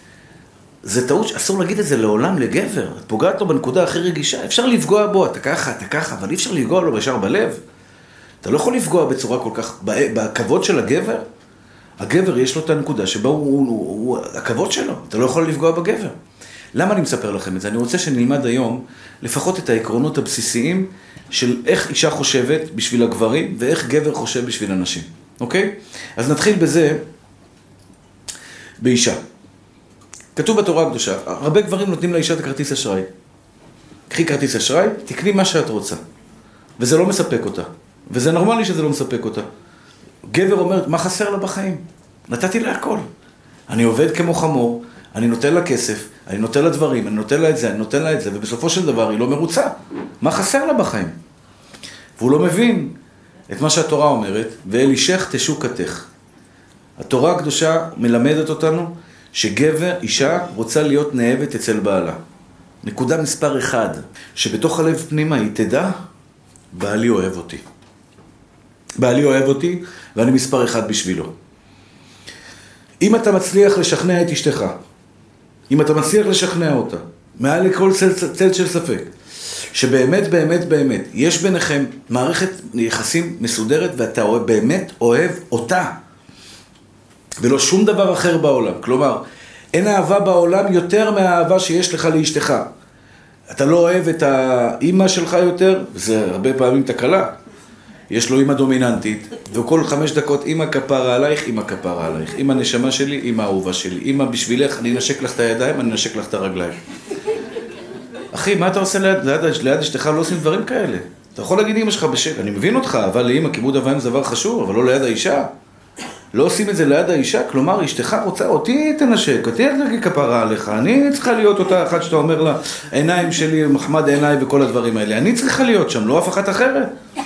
זה טעות, אסור להגיד את זה לעולם לגבר. את פוגעת לו בנקודה הכי רגישה. אפשר לפגוע בו, אתה ככה, אבל אי אפשר לפגוע לו בשאר בלב. אתה לא יכול לפגוע בצורה כל כך, בכבוד של הגבר. הגבר יש לו את הנקודה שבה הוא הכבוד שלו. אתה לא יכול לפגוע בגבר. למה אני מספר לכם את זה? אני רוצה שנלמד היום לפחות את העקרונות הבסיסיים של איך אישה חושבת בשביל הגברים ואיך גבר חושב בשביל הנשים. אוקיי? אז נתחיל בזה באישה. כתוב בתורה הקדושה, הרבה גברים נותנים לאישה את הכרטיס אשראי. קחי כרטיס אשראי, תקני מה שאת רוצה. וזה לא מספק אותה. וזה נורמלי שזה לא מספק אותה. גבר אומר, מה חסר לה בחיים? נתתי לה הכל. אני עובד כמו חמור, אני נותן לה כסף, אני נותן לה דברים, אני נותן לה את זה, ובסופו של דבר היא לא מרוצה. מה חסר לה בחיים? והוא לא מבין את מה שהתורה אומרת, ואל אישך תשוקתך. התורה הקדושה מלמדת אותנו שגבר, אישה, רוצה להיות נאהבת אצל בעלה. נקודה מספר 1, שבתוך הלב פנימה היא תדע, בעלי אוהב אותי. בעלי אוהב אותי, ואני מספר 1 בשבילו. אם אתה מצליח לשכנע את אשתך, אם אתה מצליח לשכנע אותה, מעל לכל צל של ספק, שבאמת, יש ביניכם מערכת יחסים מסודרת, ואתה באמת אוהב אותה, ולא שום דבר אחר בעולם. כלומר, אין אהבה בעולם יותר מהאהבה שיש לך לאשתך. אתה לא אוהב את האמא שלך יותר, וזה הרבה פעמים תקלה. יש לו אמא דומיננטית, וכל 5 דקות אמא כפרה עלייך, אמא כפרה עלייך. אמא נשמה שלי, אמא אהובה שלי. אמא בשבילך, אני נשק לך את הידיים, אני נשק לך את הרגליים. אחי, מה אתה עושה ליד אשתך? לא עושים דברים כאלה. אתה יכול להגיד אמא שלך בשק, אני מבין אותך, אבל לאמא כיבוד אב ואם זה דבר חשוב, אבל לא ליד האישה. לא עושים את זה ליד האישה, כלומר, אשתך רוצה, אותי תנשק, אותי תגיד כפרה עליך, אני צריכה להיות אותה אחת שאתה אומר לה, עיניים שלי, מחמד עיניי וכל הדברים האלה, אני צריכה להיות שם, לא אף אחת אחרת.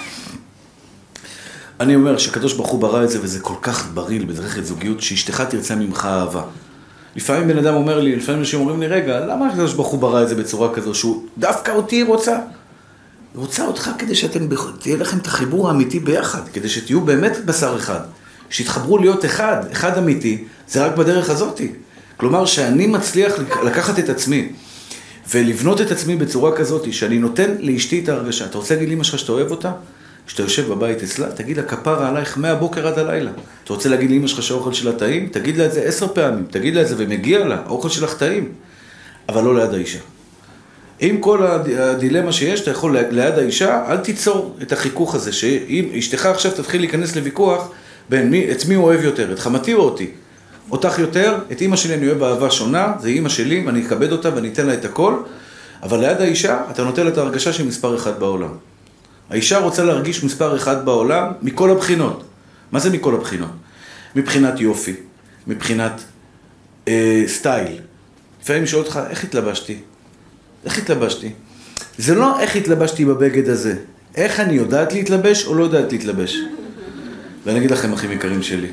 אני אומר שקדוש ברוך הוא ברא את זה, וזה כל כך בריא בדרכת זוגיות, שאשתך תרצה ממך אהבה. לפעמים בן אדם אומר לי, לפעמים אנשים אומרים לי, רגע, למה הקדוש ברוך הוא ברא את זה בצורה כזו, שהוא דווקא אותי רוצה אותך כדי תהיה לכם את החיבור האמיתי ביחד, כדי שתהיו באמת בשר אחד. שיתחברו להיות אחד אמיתי, זה רק בדרך הזאת. כלומר, שאני מצליח לקחת את עצמי, ולבנות את עצמי בצורה כזאת, שאני נותן לאשתי את ההרגשה. אתה רוצה להגיד לי משהו שאתה אוהב אותה? כשאתה יושב בבית אצלה, תגיד לה, כפרה עלייך מהבוקר עד הלילה. אתה רוצה להגיד לאמא שלך שהאוכל שלה טעים? תגיד לה את זה 10 פעמים, תגיד לה את זה ומגיע לה, האוכל שלך טעים. אבל לא ליד האישה. עם כל הדילמה שיש, אתה יכול ליד האישה, אל תיצור את החיכוך הזה, שאם אשתך עכשיו תתחיל להיכנס לוויכוח, את מי הוא אוהב יותר, את חמתי או אותי? אותך יותר, את אמא שלי אני אוהב באהבה שונה, זה אמא שלי, ואני אכבד אותה ואני אתן לה את הכל, אבל ליד האישה, אתה נותן לה את ההרגשה שהיא מספר אחד בעולם. האישה רוצה להרגיש מספר אחד בעולם, מכל הבחינות. מה זה מכל הבחינות? מבחינת יופי, מבחינת סטייל. לפעמים שואל אותך, איך התלבשתי? איך התלבשתי? זה לא איך התלבשתי בבגד הזה. איך אני יודעת להתלבש או לא יודעת להתלבש? ואני אגיד לכם, אחים יקרים שלי.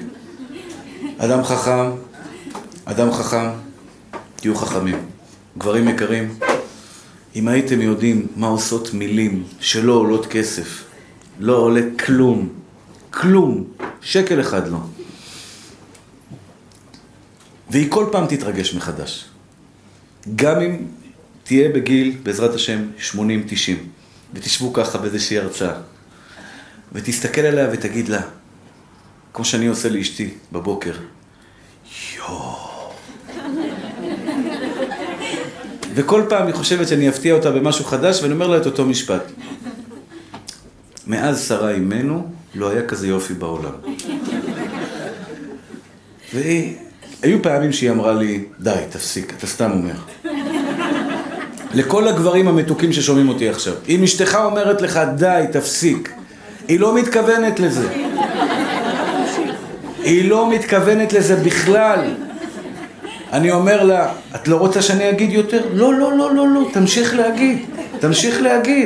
אדם חכם, תהיו חכמים. גברים יקרים, אם הייתם יודעים מה עושות מילים שלא עולות כסף, לא עולה כלום, שקל אחד לא. והיא כל פעם תתרגש מחדש. גם אם תהיה בגיל, בעזרת השם, 80-90, ותשבו ככה באיזושהי הרצאה, ותסתכל עליה ותגיד לה, כמו שאני עושה לאשתי בבוקר, וכל פעם היא חושבת שאני אפתיע אותה במשהו חדש, ואני אומר לה את אותו משפט. מאז שרה אימנו, לא היה כזה יופי בעולם. והיו פעמים שהיא אמרה לי, די, תפסיק, אתה סתם אומר. לכל הגברים המתוקים ששומעים אותי עכשיו, אם אשתך אומרת לך, די, תפסיק, היא לא מתכוונת לזה. היא לא מתכוונת לזה בכלל. אני אומר לה, את לא רוצה שאני אגיד יותר? לא, תמשיך להגיד.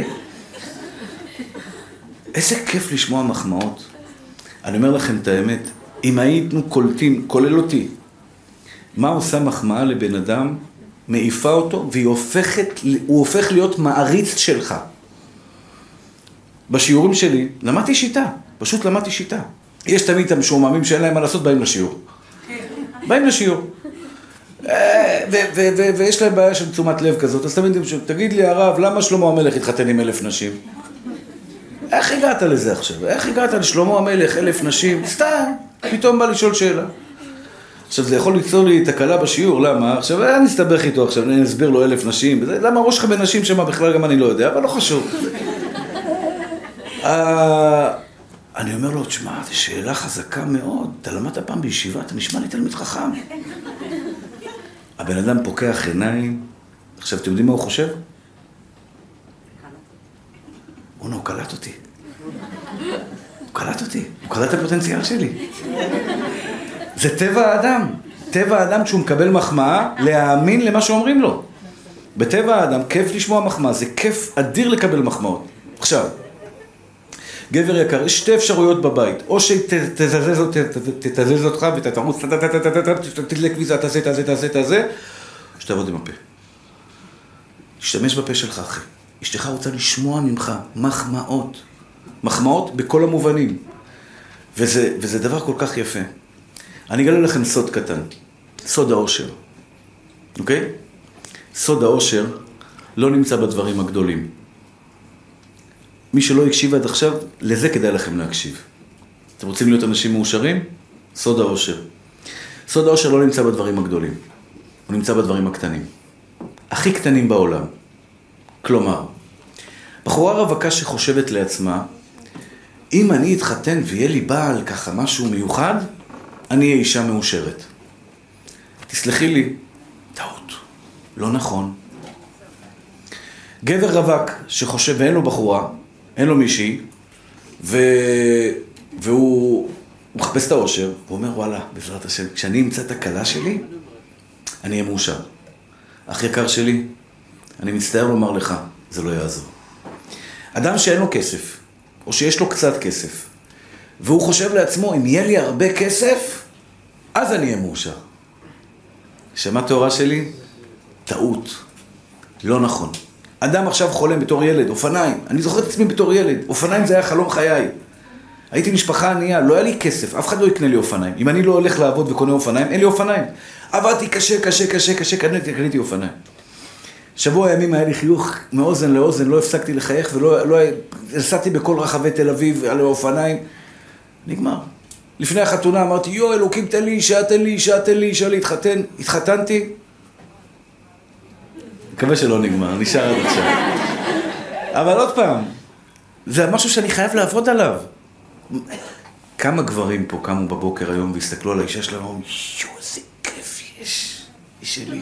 איזה כיף לשמוע מחמאות. אני אומר לכם את האמת, אם היינו קולטים, כולל אותי, מה עושה מחמאה לבן אדם? מעיפה אותו, והוא הופך להיות מעריץ שלך. בשיעורים שלי, פשוט למדתי שיטה. יש תמיד את המשועממים שאין להם מה לעשות, באים לשיעור. ויש להם בעיה של תשומת לב כזאת, אז תמיד תגיד לי הרב, למה שלמה המלך התחתן עם 1,000 נשים? איך הגעת לזה עכשיו? איך הגעת לשלמה המלך 1,000 נשים? סתם, פתאום בא לשאול שאלה. עכשיו זה יכול ליצור לי תקלה בשיעור, למה? עכשיו אני אסתבך איתו עכשיו, אני אסביר לו 1,000 נשים, למה ראש לך בנשים שמה בכלל גם אני לא יודע, אבל לא חשוב. אני אומר לו, תשמע, זו שאלה חזקה מאוד, אתה למדת פעם בישיבה, אתה נשמע לי תלמיד חכם. הבן אדם פוקח עיניים, עכשיו אתם יודעים מה הוא חושב? הוא קלט אותי. הוא קלט את הפוטנציאל שלי. זה טבע האדם כשהוא מקבל מחמאה, להאמין למה שאומרים לו. בטבע האדם, כיף לשמוע מחמאה, זה כיף אדיר לקבל מחמאות. עכשיו, גבר יקר, יש 2 אפשרויות בבית, או שתזז אותך ואתה תרוץ, תדלק ויזה, תעשה, שתעבוד עם הפה. תשתמש בפה שלך, אחי. אשתך רוצה לשמוע ממך מחמאות בכל המובנים. וזה דבר כל כך יפה. אני אגלה לכם סוד קטן, סוד האושר. אוקיי? סוד האושר לא נמצא בדברים הגדולים. מי שלא הקשיב עד עכשיו, לזה כדאי לכם להקשיב. אתם רוצים להיות אנשים מאושרים? סוד האושר. סוד האושר לא נמצא בדברים הגדולים. הוא נמצא בדברים הקטנים. הכי קטנים בעולם. כלומר, בחורה רווקה שחושבת לעצמה, אם אני אתחתן ויהיה לי בעל ככה משהו מיוחד, אני אהיה אישה מאושרת. תסלחי לי, טעות. לא נכון. גבר רווק שחושב ואין לו בחורה, אין לו מישהי, והוא מחפש את האושר, הוא אומר, וואלה, בעזרת השם, כשאני אמצא את הקלה שלי, אני אהיה מאושר. אח יקר שלי, אני מצטער לומר לך, זה לא יעזור. אדם שאין לו כסף, או שיש לו קצת כסף, והוא חושב לעצמו, אם יהיה לי הרבה כסף, אז אני אהיה מאושר. שמעת תורה שלי? טעות. לא נכון. אדם עכשיו חולם בתור ילד, אופניים. אני זוכר את עצמי בתור ילד. אופניים זה היה חלום חיי. הייתי משפחה ענייה, לא היה לי כסף, אף אחד לא יקנה לי אופניים. אם אני לא הולך לעבוד וקונה אופניים, אין לי אופניים. עבדתי קשה, קניתי אופניים. שבוע הימים היה לי חיוך מאוזן לאוזן, לא הפסקתי לחייך ולא נסעתי בכל רחבי תל אביב על האופניים. נגמר. לפני החתונה אמרתי, יו אלוקים תן לי אישה, תן לי אישה, תן לי אישה להתחתן. התחתנתי. מקווה שלא נגמר, נשאר עד עכשיו. אבל עוד פעם, זה משהו שאני חייב לעבוד עליו. כמה גברים פה קמו בבוקר היום והסתכלו על האישה שלנו, אמרו, יו, איזה כיף יש, היא שלי.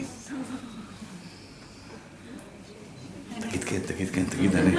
תגיד כן, תגיד כן, תגיד אני.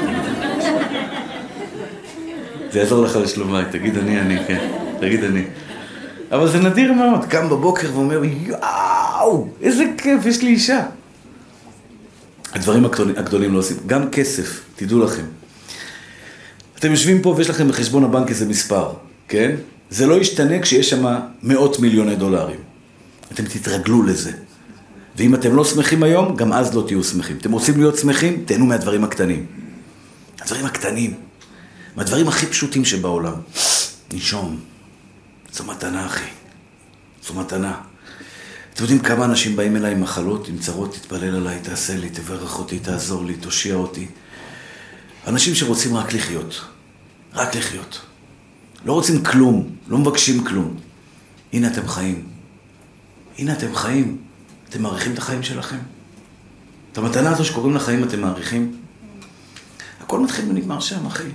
זה יעזור לך לשלומי, תגיד אני, כן, תגיד אני. אבל זה נדיר מאוד, קם בבוקר ואומר, יאו, איזה כיף, יש לי אישה. הדברים הגדולים לא עושים, גם כסף, תדעו לכם. אתם יושבים פה ויש לכם בחשבון הבנק איזה מספר, כן? זה לא ישתנה כשיש שם מאות מיליוני דולרים. אתם תתרגלו לזה. ואם אתם לא שמחים היום, גם אז לא תהיו שמחים. אתם רוצים להיות שמחים, תהנו מהדברים הקטנים. הדברים הקטנים. מהדברים הכי פשוטים שבעולם. נשום. זו מתנה, אחי. זו מתנה. אתם יודעים כמה אנשים באים אליי עם מחלות, עם צרות, תתפלל עליי, תעשה לי, תברך אותי, תעזור לי, תושיע אותי. אנשים שרוצים רק לחיות. רק לחיות. לא רוצים כלום, לא מבקשים כלום. הנה אתם חיים. הנה אתם חיים. אתם מעריכים את החיים שלכם? את המתנה הזו שקוראים לחיים אתם מעריכים? הכל מתחיל ונגמר שם, אחי.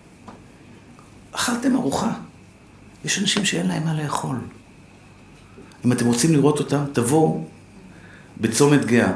אכלתם ארוחה. יש אנשים שאין להם מה לאכול. אם אתם רוצים לראות אותם, תבואו בצומת גאה,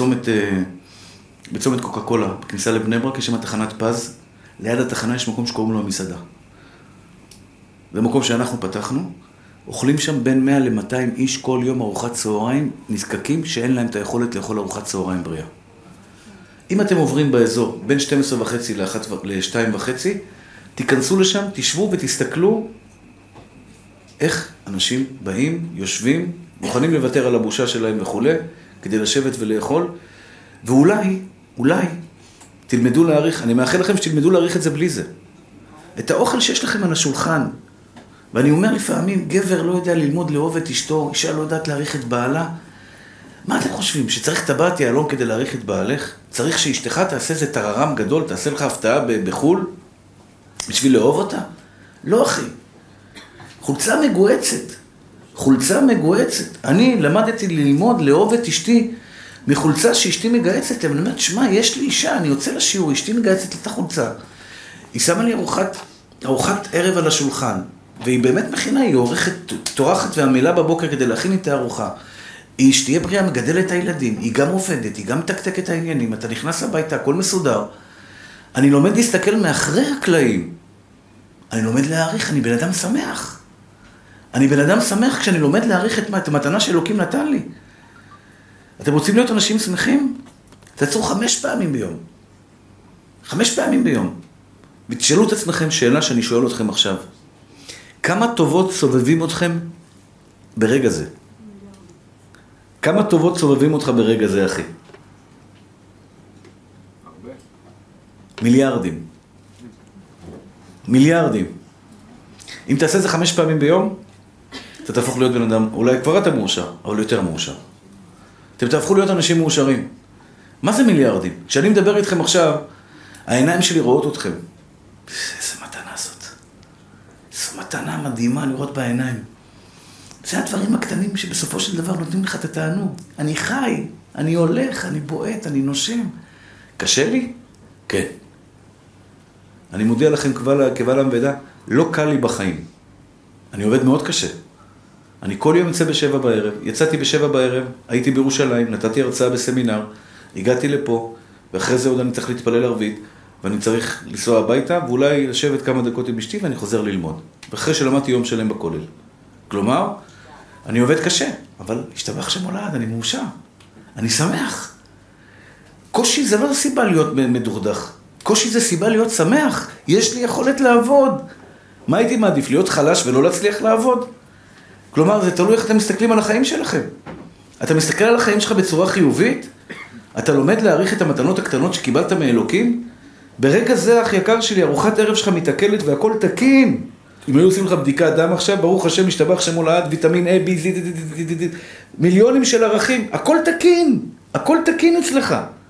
בצומת קוקה קולה, בכניסה לבני ברק, יש שם תחנת פז. ליד התחנה יש מקום שקוראים לו המסעדה. זה מקום שאנחנו פתחנו. אוכלים שם בין 100 ל-200 איש כל יום ארוחת צהריים נזקקים שאין להם את היכולת לאכול ארוחת צהריים בריאה. אם אתם עוברים באזור בין 12:30 ל-2:30, תיכנסו לשם, תשבו ותסתכלו איך אנשים באים, יושבים, מוכנים לוותר על הבושה שלהם וכו', כדי לשבת ולאכול, ואולי תלמדו להעריך, אני מאחל לכם שתלמדו להעריך את זה בלי זה. את האוכל שיש לכם על השולחן, ואני אומר לפעמים, גבר לא יודע ללמוד לאהוב את אשתו, אישה לא יודעת להעריך את בעלה. מה אתם חושבים? שצריך טבעת יהלום כדי להעריך את בעלך? צריך שאשתך תעשה איזה טררם גדול, תעשה לך הפתעה בחול? בשביל לאהוב אותה? לא, אחי. חולצה מגועצת. חולצה מגועצת. אני למדתי ללמוד לאהוב את אשתי מחולצה שאשתי מגעצת. אני אומרת, שמע, יש לי אישה, אני יוצא לשיעור, אשתי מגעצת את החולצה. היא שמה לי ארוחת ערב על השולחן. והיא באמת מכינה, היא טורחת ועמלה בבוקר כדי להכין את הארוחה. היא שתהיה בריאה, מגדלת את הילדים, היא גם עובדת, היא גם מתקתק את העניינים, אתה נכנס הביתה, הכל מסודר. אני לומד להסתכל מאחרי הקלעים. אני לומד להעריך, אני בן אדם שמח. אני בן אדם שמח כשאני לומד להעריך את המתנה שאלוקים נתן לי. אתם רוצים להיות אנשים שמחים? תעצרו 5 פעמים ביום. 5 פעמים ביום. ותשאלו את עצמכם שאלה שאני שואל אתכם עכשיו. כמה טובות סובבים אתכם ברגע זה? כמה טובות סובבים אותך ברגע זה, אחי? הרבה. מיליארדים. מיליארדים. אם תעשה את זה 5 פעמים ביום, אתה תהפוך להיות בן אדם, אולי כבר אתה מאושר, אבל יותר מאושר. אתם תהפכו להיות אנשים מאושרים. מה זה מיליארדים? כשאני מדבר איתכם עכשיו, העיניים שלי רואות אתכם. איזה מתנה זאת. זו מתנה מדהימה לראות בעיניים. זה הדברים הקטנים שבסופו של דבר נותנים לך את התענוג. אני חי, אני הולך, אני בועט, אני נושם. קשה לי? כן. אני מודיע לכם קבל עם ועדה, לא קל לי בחיים. אני עובד מאוד קשה. אני כל יום יוצא ב7 בערב, יצאתי ב7 בערב, הייתי בירושלים, נתתי הרצאה בסמינר, הגעתי לפה, ואחרי זה עוד אני צריך להתפלל ערבית, ואני צריך לנסוע הביתה, ואולי לשבת כמה דקות עם אשתי, ואני חוזר ללמוד. ואחרי שלמדתי יום שלם בכולל. כלומר, אני עובד קשה, אבל השתבח שמולד, אני מאושר. אני שמח. קושי זה לא סיבה להיות מדורדך. קושי זה סיבה להיות שמח. יש לי יכולת לעבוד. מה הייתי מעדיף? להיות חלש ולא להצליח לעבוד? כלומר, זה תלוי איך אתם מסתכלים על החיים שלכם. אתה מסתכל על החיים שלך בצורה חיובית? אתה לומד להעריך את המתנות הקטנות שקיבלת מאלוקים? ברגע זה, אח יקר שלי, ארוחת ערב שלך מתעכלת והכל תקין. אם היו עושים לך בדיקת דם עכשיו, ברוך השם, משתבח שם הולד, ויטמין A, B, Z, מיליונים של ערכים, הכל תקין, הכל תקין אצלך.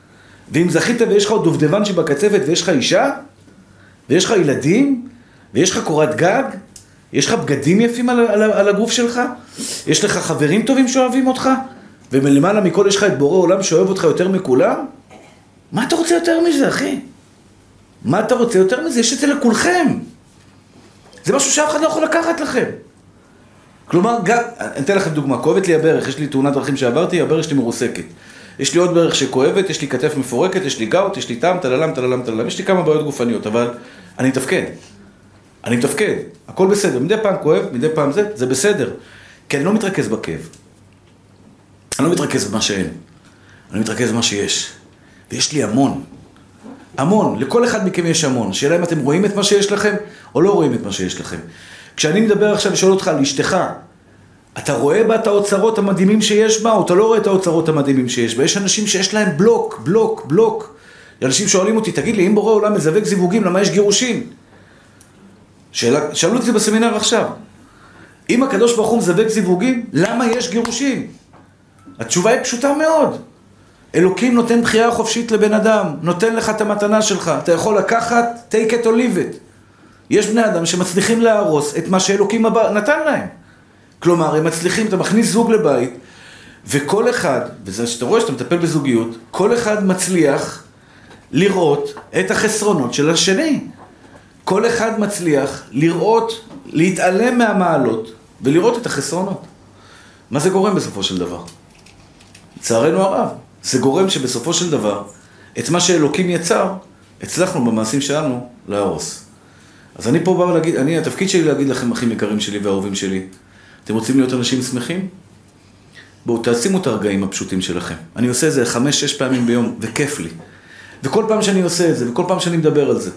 ואם זכית ויש לך עוד דובדבן שבקצפת ויש לך אישה, ויש לך ילדים, ויש לך קורת גג, יש לך בגדים יפים על הגוף שלך, יש לך חברים טובים שאוהבים אותך, ומלמעלה מכל יש לך את בורא עולם שאוהב אותך יותר מכולם, מה אתה רוצה יותר מזה, אחי? מה אתה רוצה יותר מזה? יש את זה לכולכם. זה משהו שאף אחד לא יכול לקחת לכם. כלומר, אני אתן לכם דוגמה, כואבת לי הברך, יש לי תאונת דרכים שעברתי, הברך שלי מרוסקת. יש לי עוד ברך שכואבת, יש לי כתף מפורקת, יש לי גאוט, יש לי טעם, תללם, יש לי כמה בעיות גופניות, אבל אני מתפקד, הכל בסדר, מדי פעם כואב, מדי פעם זה בסדר, כי אני לא מתרכז בכאב. אני לא מתרכז במה שאין, אני מתרכז במה שיש. ויש לי המון, לכל אחד מכם יש המון. שאלה אם אתם רואים את מה שיש לכם, או לא רואים את מה שיש לכם. כשאני מדבר עכשיו ושואל אותך על אשתך, אתה רואה בה את האוצרות המדהימים שיש בה, או אתה לא רואה את האוצרות המדהימים שיש בה? יש אנשים שיש להם בלוק. אנשים שואלים אותי, תגיד לי, אם בורא עולם מזווק זיווגים, למה יש גירושים? שאלו אותי בסמינר עכשיו. אם הקדוש ברוך הוא מזווק זיווגים, למה יש גירושים? התשובה היא פשוטה מאוד. אלוקים נותן בחירה חופשית לבן אדם, נותן לך את המתנה שלך, אתה יכול לקחת, take it or leave it. יש בני אדם שמצליחים להרוס את מה שאלוקים נתן להם. כלומר, הם מצליחים, אתה מכניס זוג לבית, וכל אחד, וזה שאתה רואה שאתה מטפל בזוגיות, כל אחד מצליח לראות את החסרונות של השני. כל אחד מצליח לראות, להתעלם מהמעלות, ולראות את החסרונות. מה זה גורם בסופו של דבר? לצערנו הרב. זה גורם שבסופו של דבר, את מה שאלוקים יצר, הצלחנו במעשים שלנו להרוס. אז אני פה בא להגיד, התפקיד שלי להגיד לכם, אחים יקרים שלי והאהובים שלי, אתם רוצים להיות אנשים שמחים? בואו, תשימו את הרגעים הפשוטים שלכם. אני עושה את זה 5-6 פעמים ביום, וכיף לי. וכל פעם שאני עושה את זה, וכל פעם שאני מדבר על זה,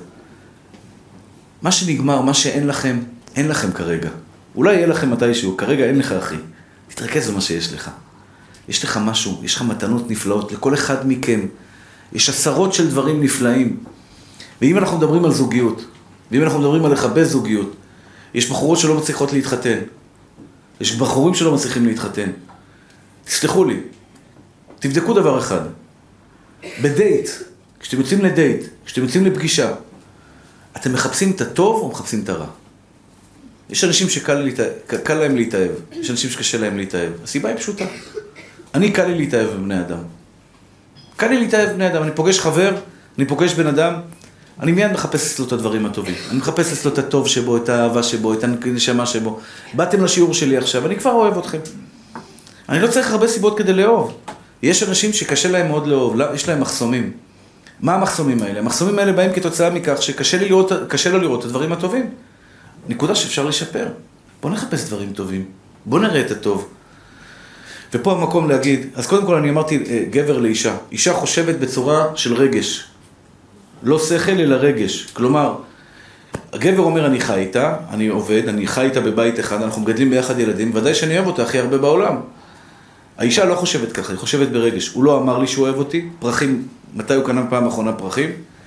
מה שנגמר, מה שאין לכם, אין לכם כרגע. אולי יהיה לכם מתישהו, כרגע אין לך, אחי. תתרכז במה שיש לך. יש לך משהו, יש לך מתנות נפלאות, לכל אחד מכם. יש עשרות של דברים נפלאים. ואם אנחנו מדברים על זוגיות, ואם אנחנו מדברים על לכבד זוגיות, יש בחורות שלא מצליחות להתחתן. יש בחורים שלא מצליחים להתחתן. תסלחו לי, תבדקו דבר אחד. בדייט, כשאתם יוצאים לדייט, כשאתם יוצאים לפגישה, אתם מחפשים את הטוב או מחפשים את הרע? יש אנשים שקל להם להתאהב, יש אנשים שקשה להם להתאהב. הסיבה היא פשוטה. קל לי להתאהב בבני אדם. קל לי להתאהב בבני אדם. אני פוגש חבר, אני פוגש בן אדם, אני מיד מחפש אצלו את הדברים הטובים. אני מחפש אצלו את הטוב שבו, את האהבה שבו, את הנשמה שבו. באתם לשיעור שלי עכשיו, אני כבר אוהב אתכם. אני לא צריך הרבה סיבות כדי לאהוב. יש אנשים שקשה להם מאוד לאהוב, יש להם מחסומים. מה המחסומים האלה? המחסומים האלה באים כתוצאה מכך שקשה לו לראות את הדברים הטובים. נקודה שאפשר לשפר. בוא נחפש דברים טובים. בוא נראה את הטוב. ופה המקום להגיד, אז קודם כל אני אמרתי גבר לאישה. אישה חושבת בצורה של רגש. לא שכל אלא רגש. כלומר, הגבר אומר אני חי איתה, אני עובד, אני חי איתה בבית אחד, אנחנו מגדלים ביחד ילדים, ודאי שאני אוהב אותה הכי הרבה בעולם. האישה לא חושבת ככה, היא חושבת ברגש. הוא לא אמר לי שהוא אוהב אותי, פרחים, מתי הוא קנה פעם האחרונה פרחים?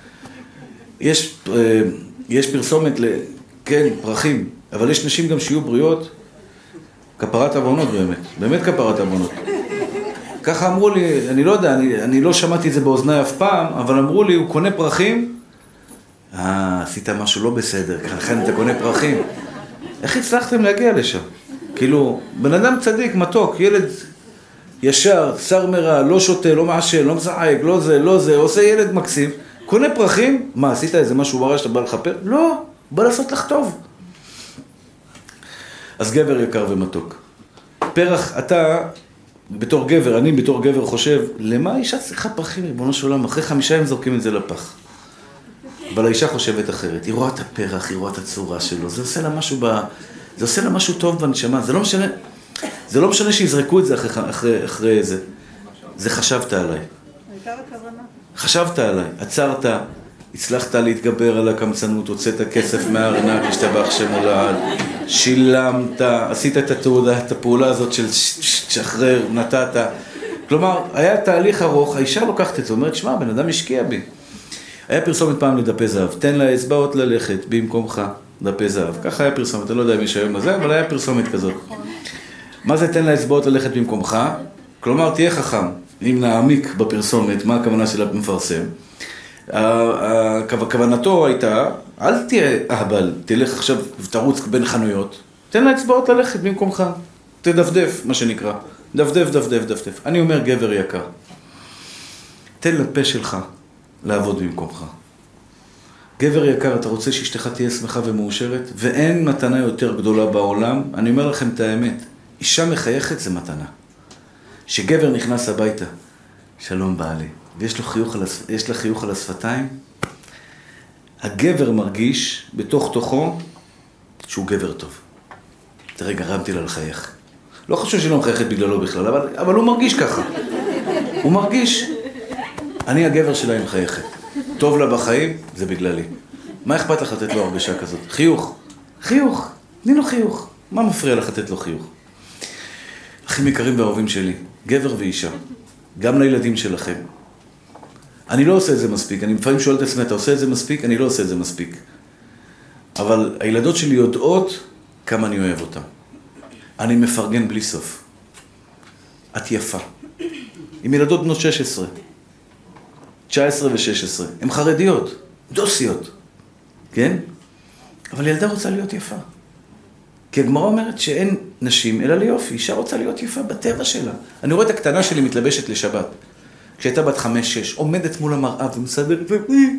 יש פרסומת כן, פרחים, אבל יש נשים גם שיהיו בריאות, כפרת עוונות באמת כפרת עוונות. ככה אמרו לי, אני לא יודע, אני לא שמעתי את זה באוזניי אף פעם, אבל אמרו לי, הוא קונה פרחים, עשית משהו לא בסדר, לכן אתה קונה פרחים. איך הצלחתם להגיע לשם? כאילו, בן אדם צדיק, מתוק, ילד ישר, שר מרע, לא שותה, לא מעשן, לא משחק, לא זה, עושה ילד מקסים, קונה פרחים, מה, עשית איזה משהו ברע שאתה בא לחפר? לא, בא לעשות לך טוב. אז גבר יקר ומתוק. פרח, אתה, בתור גבר, אני בתור גבר חושב, למה אישה צריכה פרחים, ריבונו של עולם, אחרי 5 ימים זורקים את זה לפח. אבל האישה חושבת אחרת, היא רואה את הפרח, היא רואה את הצורה שלו, זה עושה לה משהו טוב בנשמה, זה לא משנה שיזרקו את זה אחרי זה. זה חשבת עליי. חשבת עליי, עצרת, הצלחת להתגבר על הקמצנות, הוצאת כסף מהארנק, השתבח שמו לעד, שילמת, עשית את הפעולה הזאת של שחרר, נתת. כלומר, היה תהליך ארוך, האישה לוקחת את זה, אומרת, שמע, בן אדם השקיע בי. היה פרסומת פעם לדפי זהב, תן לה אצבעות ללכת במקומך, דפי זהב. ככה היה פרסומת, אני לא יודע אם יש היום הזה, אבל היה פרסומת כזאת. מה זה תן לה אצבעות ללכת במקומך? כלומר, תהיה חכם. אם נעמיק בפרסומת, מה הכוונה של המפרסם? כוונתו הייתה, אל תהיה אהבל, תלך עכשיו ותרוץ בין חנויות, תן לאצבעות ללכת במקומך, תדפדף, מה שנקרא, דפדף, דפדף, דפדף. אני אומר, גבר יקר, תן לפה שלך לעבוד במקומך. גבר יקר, אתה רוצה שאשתך תהיה שמחה ומאושרת, ואין מתנה יותר גדולה בעולם. אני אומר לכם את האמת, אישה מחייכת זה מתנה. שגבר נכנס הביתה, שלום בעלי, ויש לה חיוך על השפתיים, הגבר מרגיש בתוך תוכו שהוא גבר טוב. תראה, גרמתי לה לחייך. לא חושב שהיא לא מחייכת בגללו בכלל, אבל הוא מרגיש ככה. הוא מרגיש, אני הגבר שלה היא מחייכת. טוב לה בחיים, זה בגללי. מה אכפת לך לתת לו הרגשה כזאת? חיוך. חיוך. תני לו חיוך. מה מפריע לך לתת לו חיוך? אחים יקרים ואהובים שלי, גבר ואישה, גם לילדים שלכם. אני לא עושה את זה מספיק. אני לפעמים שואל את עצמי, אתה עושה את זה מספיק? אני לא עושה את זה מספיק. אבל הילדות שלי יודעות כמה אני אוהב אותם. אני מפרגן בלי סוף. את יפה. עם ילדות בנות 16. 19 ו-16. הן חרדיות, דוסיות. כן? אבל ילדה רוצה להיות יפה. כי הגמרא אומרת שאין נשים אלא ליופי. אישה רוצה להיות יפה בטבע שלה. אני רואה את הקטנה שלי מתלבשת לשבת. כשהייתה בת 5-6, עומדת מול המראה ומסדרת,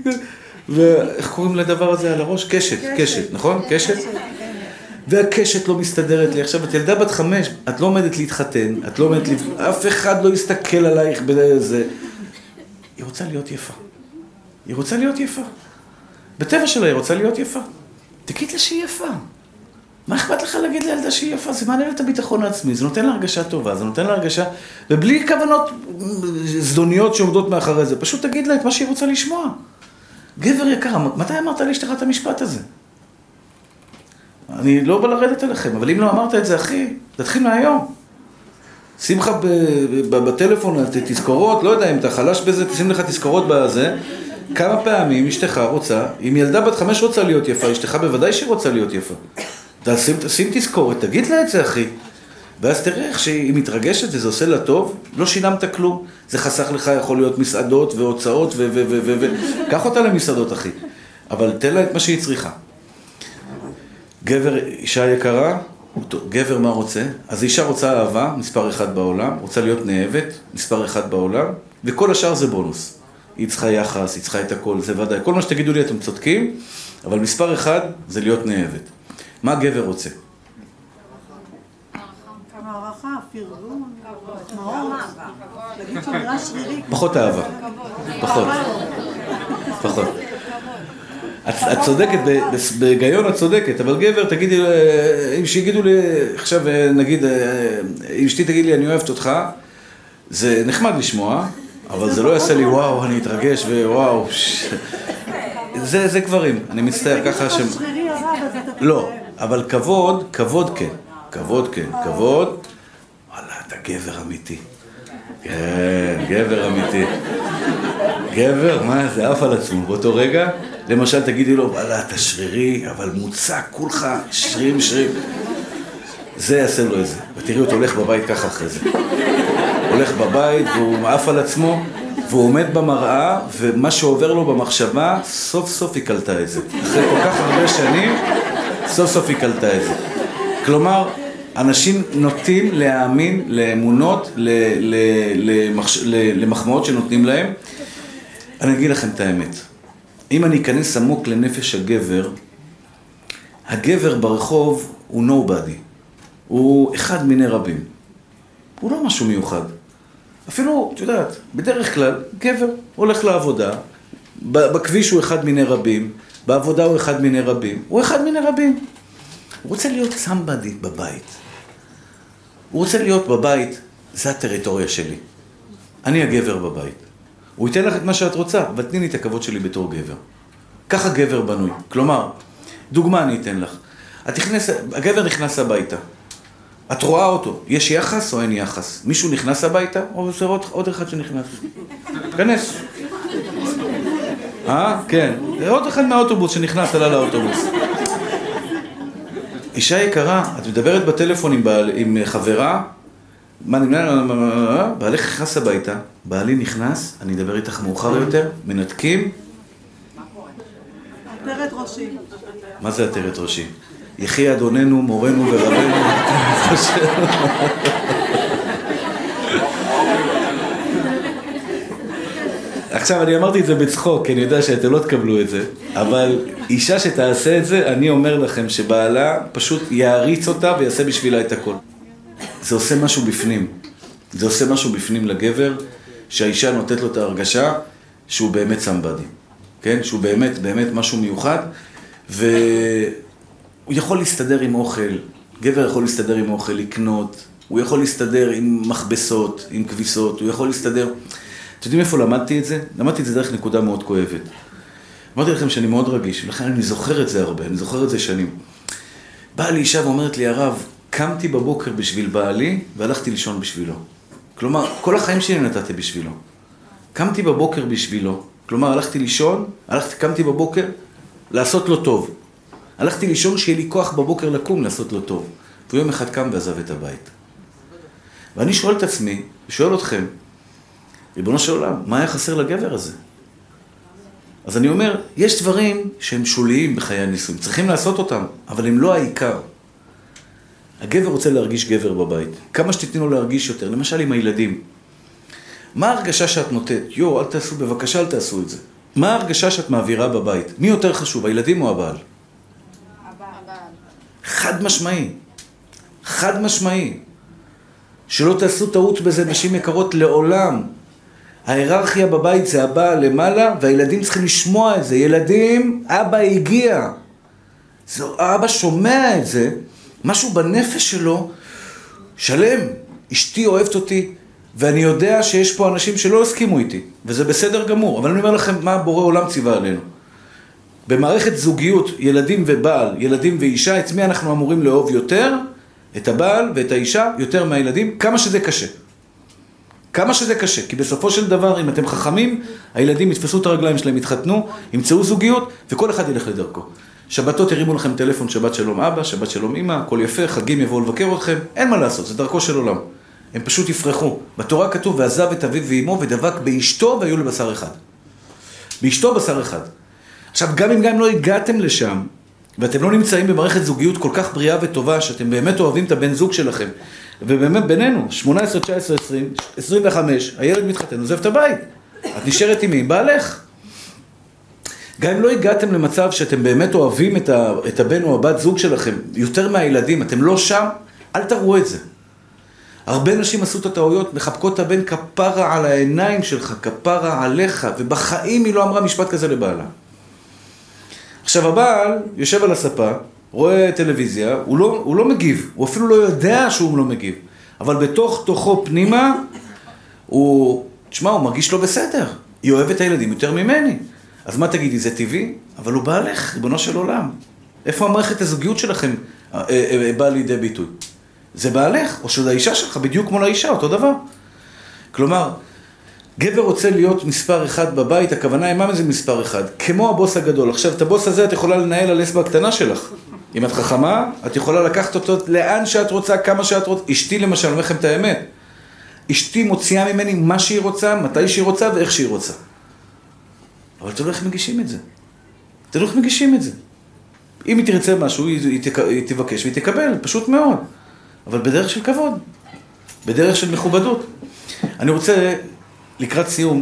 ואיך קוראים לדבר הזה על הראש? קשת, קשת, נכון? קשת? והקשת לא מסתדרת לי. עכשיו, את ילדה בת 5, את לא עומדת להתחתן, את לא עומדת, אף אחד לא יסתכל עלייך בזה. היא רוצה להיות יפה. היא רוצה להיות יפה. בטבע שלה היא רוצה להיות יפה. תגיד לה שהיא יפה. מה אכפת לך להגיד לילדה שהיא יפה? זה מעלה את הביטחון העצמי, זה נותן לה הרגשה טובה, זה נותן לה הרגשה, ובלי כוונות זדוניות שעומדות מאחורי זה, פשוט תגיד לה את מה שהיא רוצה לשמוע. גבר יקר, מתי אמרת לאשתך את המשפט הזה? אני לא בא לרדת עליכם, אבל אם לא אמרת את זה, אחי, תתחיל מהיום. שים לך בטלפון תזכורות, לא יודע אם אתה חלש בזה, תשים לך תזכורות בזה, כמה פעמים אשתך רוצה, אם ילדה בת 5 רוצה להיות יפה, אשתך בוודאי שהיא רוצה להיות יפה. שים תזכורת, תגיד לה את זה, אחי. ואז תראה איך שהיא מתרגשת וזה עושה לה טוב, לא שילמת כלום. זה חסך לך, יכול להיות מסעדות והוצאות קח אותה למסעדות, אחי. אבל תן לה את מה שהיא צריכה. גבר, אישה יקרה, גבר מה רוצה? אז אישה רוצה אהבה, מספר 1 בעולם, רוצה להיות נאהבת, מספר 1 בעולם, וכל השאר זה בונוס. היא צריכה יחס, היא צריכה את הכל, זה ודאי. כל מה שתגידו לי אתם צודקים, אבל מספר 1 זה להיות נאהבת. מה גבר רוצה? הערכה, פרגון, מאור, להגיד שאומרה שרירית. פחות אהבה. פחות. את צודקת, בהיגיון את צודקת, אבל גבר, תגידי, אם שיגידו לי, עכשיו נגיד, אם אשתי תגיד לי, אני אוהבת אותך, זה נחמד לשמוע, אבל זה לא יעשה לי, וואו, אני אתרגש, ווואו. זה גברים, אני מצטער ככה ש... לא, אבל כבוד כן. כבוד. וואלה, אתה גבר אמיתי. כן, גבר אמיתי. גבר, מה, זה אף על עצמו. באותו רגע, למשל, תגידי לו, וואלה, אתה שרירי, אבל מוצק, כולך, שרירים. זה יעשה לו את זה. ותראי אותו הולך בבית ככה אחרי זה. הולך בבית, והוא מעף על עצמו, והוא עומד במראה, ומה שעובר לו במחשבה, סוף סוף היא קלטה את זה. אחרי כל כך הרבה שנים, סוף סוף היא קלטה את זה. כלומר, אנשים נוטים להאמין לאמונות, למחמאות שנותנים להם. אני אגיד לכם את האמת. אם אני אכנס עמוק לנפש הגבר ברחוב הוא nobody. הוא אחד מיני רבים. הוא לא משהו מיוחד. אפילו, את יודעת, בדרך כלל, גבר הולך לעבודה, בכביש הוא אחד מיני רבים, בעבודה הוא אחד מיני רבים. הוא אחד מיני רבים. הוא רוצה להיות somebody בבית. הוא רוצה להיות בבית, זה הטריטוריה שלי. אני הגבר בבית. הוא ייתן לך את מה שאת רוצה, אבל תני לי את הכבוד שלי בתור גבר. ככה גבר בנוי. כלומר, דוגמה אני אתן לך. הגבר נכנס הביתה. את רואה אותו, יש יחס או אין יחס? מישהו נכנס הביתה, או זה עוד אחד שנכנס? כנס. כן. עוד אחד מהאוטובוס שנכנס עלה לאוטובוס. אישה יקרה, את מדברת בטלפון עם חברה, מה נמנע? בעלך נכנס הביתה, בעלי נכנס, אני אדבר איתך מאוחר יותר, מנתקים. עטרת ראשי. מה זה עטרת ראשי? יחי אדוננו, מורנו ורבנו. עכשיו, אני אמרתי את זה בצחוק, כי אני יודע שאתם לא תקבלו את זה, אבל אישה שתעשה את זה, אני אומר לכם שבעלה פשוט יעריץ אותה ויעשה בשבילה את הכל. זה עושה משהו בפנים. זה עושה משהו בפנים לגבר, שהאישה נותנת לו את ההרגשה שהוא באמת סמבדי. כן? שהוא באמת משהו מיוחד, והוא יכול להסתדר עם אוכל, גבר יכול להסתדר עם אוכל, לקנות, הוא יכול להסתדר עם מכבסות, עם כביסות, הוא יכול להסתדר... אתם יודעים איפה למדתי את זה? למדתי את זה דרך נקודה מאוד כואבת. אמרתי לכם שאני מאוד רגיש, ולכן אני זוכר את זה הרבה, אני זוכר את זה שנים. באה לי אישה ואומרת לי, הרב, קמתי בבוקר בשביל בעלי, והלכתי לישון בשבילו. כלומר, כל החיים שלי נתתי בשבילו. קמתי בבוקר בשבילו, כלומר, הלכתי לישון, קמתי בבוקר לעשות לו טוב. הלכתי לישון שיהיה לי כוח בבוקר לקום לעשות לו טוב. ויום אחד קם ועזב את הבית. ואני שואל את עצמי, ושואל אתכם, ריבונו של עולם, מה היה חסר לגבר הזה? אז אני אומר, יש דברים שהם שוליים בחיי הנישואים, צריכים לעשות אותם, אבל הם לא העיקר. הגבר רוצה להרגיש גבר בבית. כמה שתתנו לו להרגיש יותר, למשל עם הילדים. מה ההרגשה שאת נותנת? אל תעשו, בבקשה אל תעשו את זה. מה ההרגשה שאת מעבירה בבית? מי יותר חשוב, הילדים או הבעל? הבעל. חד משמעי. חד משמעי. שלא תעשו טעות בזה, נשים יקרות, לעולם. ההיררכיה בבית זה הבעל למעלה, והילדים צריכים לשמוע את זה. ילדים, אבא הגיע. אבא שומע את זה, משהו בנפש שלו, שלם. אשתי אוהבת אותי, ואני יודע שיש פה אנשים שלא הסכימו איתי, וזה בסדר גמור, אבל אני אומר לכם מה בורא עולם ציווה עלינו. במערכת זוגיות, ילדים ובעל, ילדים ואישה, את מי אנחנו אמורים לאהוב יותר? את הבעל ואת האישה יותר מהילדים, כמה שזה קשה. כמה שזה קשה, כי בסופו של דבר, אם אתם חכמים, הילדים יתפסו את הרגליים שלהם, יתחתנו, ימצאו זוגיות, וכל אחד ילך לדרכו. שבתות ירימו לכם טלפון, שבת שלום אבא, שבת שלום אמא, הכל יפה, חגים יבואו לבקר אתכם, אין מה לעשות, זה דרכו של עולם. הם פשוט יפרחו. בתורה כתוב, ועזב את אביו ואמו ודבק באשתו והיו לבשר אחד. באשתו בשר אחד. עכשיו, גם אם לא הגעתם לשם, ואתם לא נמצאים במערכת זוגיות כל כך בריאה וטובה, שאתם באמת אוהבים את הבן זוג שלכם, ובאמת בינינו, 18, 19, 20, 25, הילד מתחתן, עוזב את הבית. את נשארת עם מי? בעלך. גם אם לא הגעתם למצב שאתם באמת אוהבים את הבן או הבת זוג שלכם, יותר מהילדים, אתם לא שם, אל תראו את זה. הרבה נשים עשו את הטעויות, מחבקות את הבן, כפרה על העיניים שלך, כפרה עליך, ובחיים היא לא אמרה משפט כזה לבעלה. עכשיו הבעל יושב על הספה, רואה טלוויזיה, הוא לא מגיב, הוא אפילו לא יודע שהוא לא מגיב, אבל בתוך תוכו פנימה, הוא מרגיש לא בסדר, היא אוהבת את הילדים יותר ממני. אז מה תגידי, זה טבעי? אבל הוא בעלך, ריבונו של עולם. איפה המערכת הזוגיות שלכם באה לידי ביטוי? זה בעלך, או של האישה שלך, בדיוק כמו לאישה, אותו דבר. כלומר, גבר רוצה להיות מספר אחד בבית, הכוונה היא מה זה מספר אחד? כמו הבוס הגדול. עכשיו, את הבוס הזה את יכולה לנהל על אצבע הקטנה שלך. אם את חכמה, את יכולה לקחת אותו לאן שאת רוצה, כמה שאת רוצה. אשתי למשל, אומר לכם את האמת. אשתי מוציאה ממני מה שהיא רוצה, מתי שהיא רוצה ואיך שהיא רוצה. אבל אתם לא איך מגישים את זה. אתם לא איך מגישים את זה. אם היא תרצה משהו, היא תבקש והיא תקבל, פשוט מאוד. אבל בדרך של כבוד, בדרך של מכובדות. אני רוצה לקראת סיום,